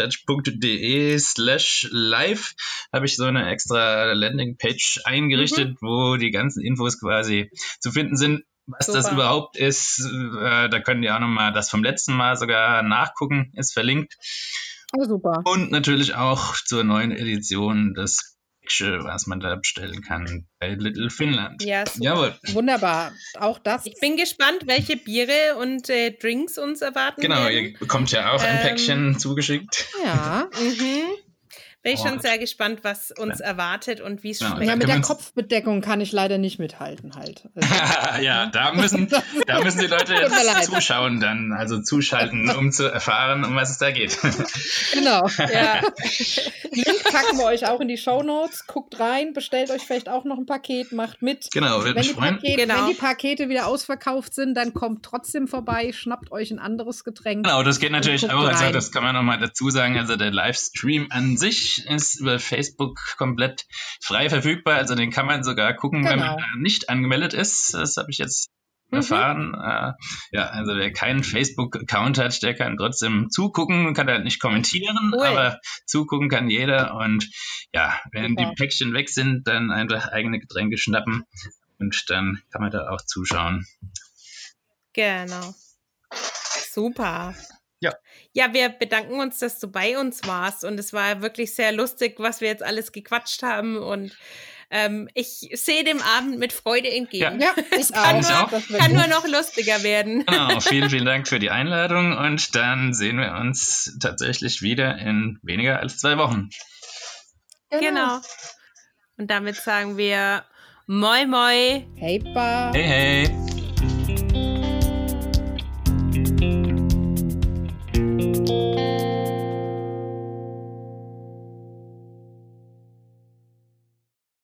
vintage.de/live habe ich so eine extra Landingpage eingerichtet, wo die ganzen Infos quasi zu finden sind. Was das überhaupt ist, da könnt ihr auch nochmal das vom letzten Mal sogar nachgucken, ist verlinkt. Oh, super. Und natürlich auch zur neuen Edition des was man da bestellen kann bei Little Finland. Ja, super. Jawohl. Wunderbar. Auch das. Ich bin gespannt, welche Biere und Drinks uns erwarten werden. Genau, ihr bekommt ja auch ein Päckchen zugeschickt. Ja. Bin ich schon sehr gespannt, was uns erwartet und wie es schmeckt. Ja, mit der Kopfbedeckung kann ich leider nicht mithalten halt. Also, ja, da müssen die Leute jetzt zuschauen dann, also zuschalten, um zu erfahren, um was es da geht. Genau. Ja. Link packen wir euch auch in die Shownotes. Guckt rein, bestellt euch vielleicht auch noch ein Paket, macht mit. Genau, würde mich freuen. Wenn die Pakete wieder ausverkauft sind, dann kommt trotzdem vorbei, schnappt euch ein anderes Getränk. Genau, das geht natürlich auch, also das kann man nochmal dazu sagen, also der Livestream an sich ist über Facebook komplett frei verfügbar, also den kann man sogar gucken, wenn man nicht angemeldet ist, das habe ich jetzt erfahren. Ja, also wer keinen Facebook-Account hat, der kann trotzdem zugucken, kann halt nicht kommentieren, aber zugucken kann jeder und ja, wenn die Päckchen weg sind, dann einfach eigene Getränke schnappen und dann kann man da auch zuschauen. Genau. Super. Ja, wir bedanken uns, dass du bei uns warst und es war wirklich sehr lustig, was wir jetzt alles gequatscht haben und ich sehe dem Abend mit Freude entgegen. Ja, es kann nur noch lustiger werden. Genau, vielen Dank für die Einladung und dann sehen wir uns tatsächlich wieder in weniger als 2 Wochen. Genau. Und damit sagen wir Moi Moi. Hey, Pa. Hey, hey.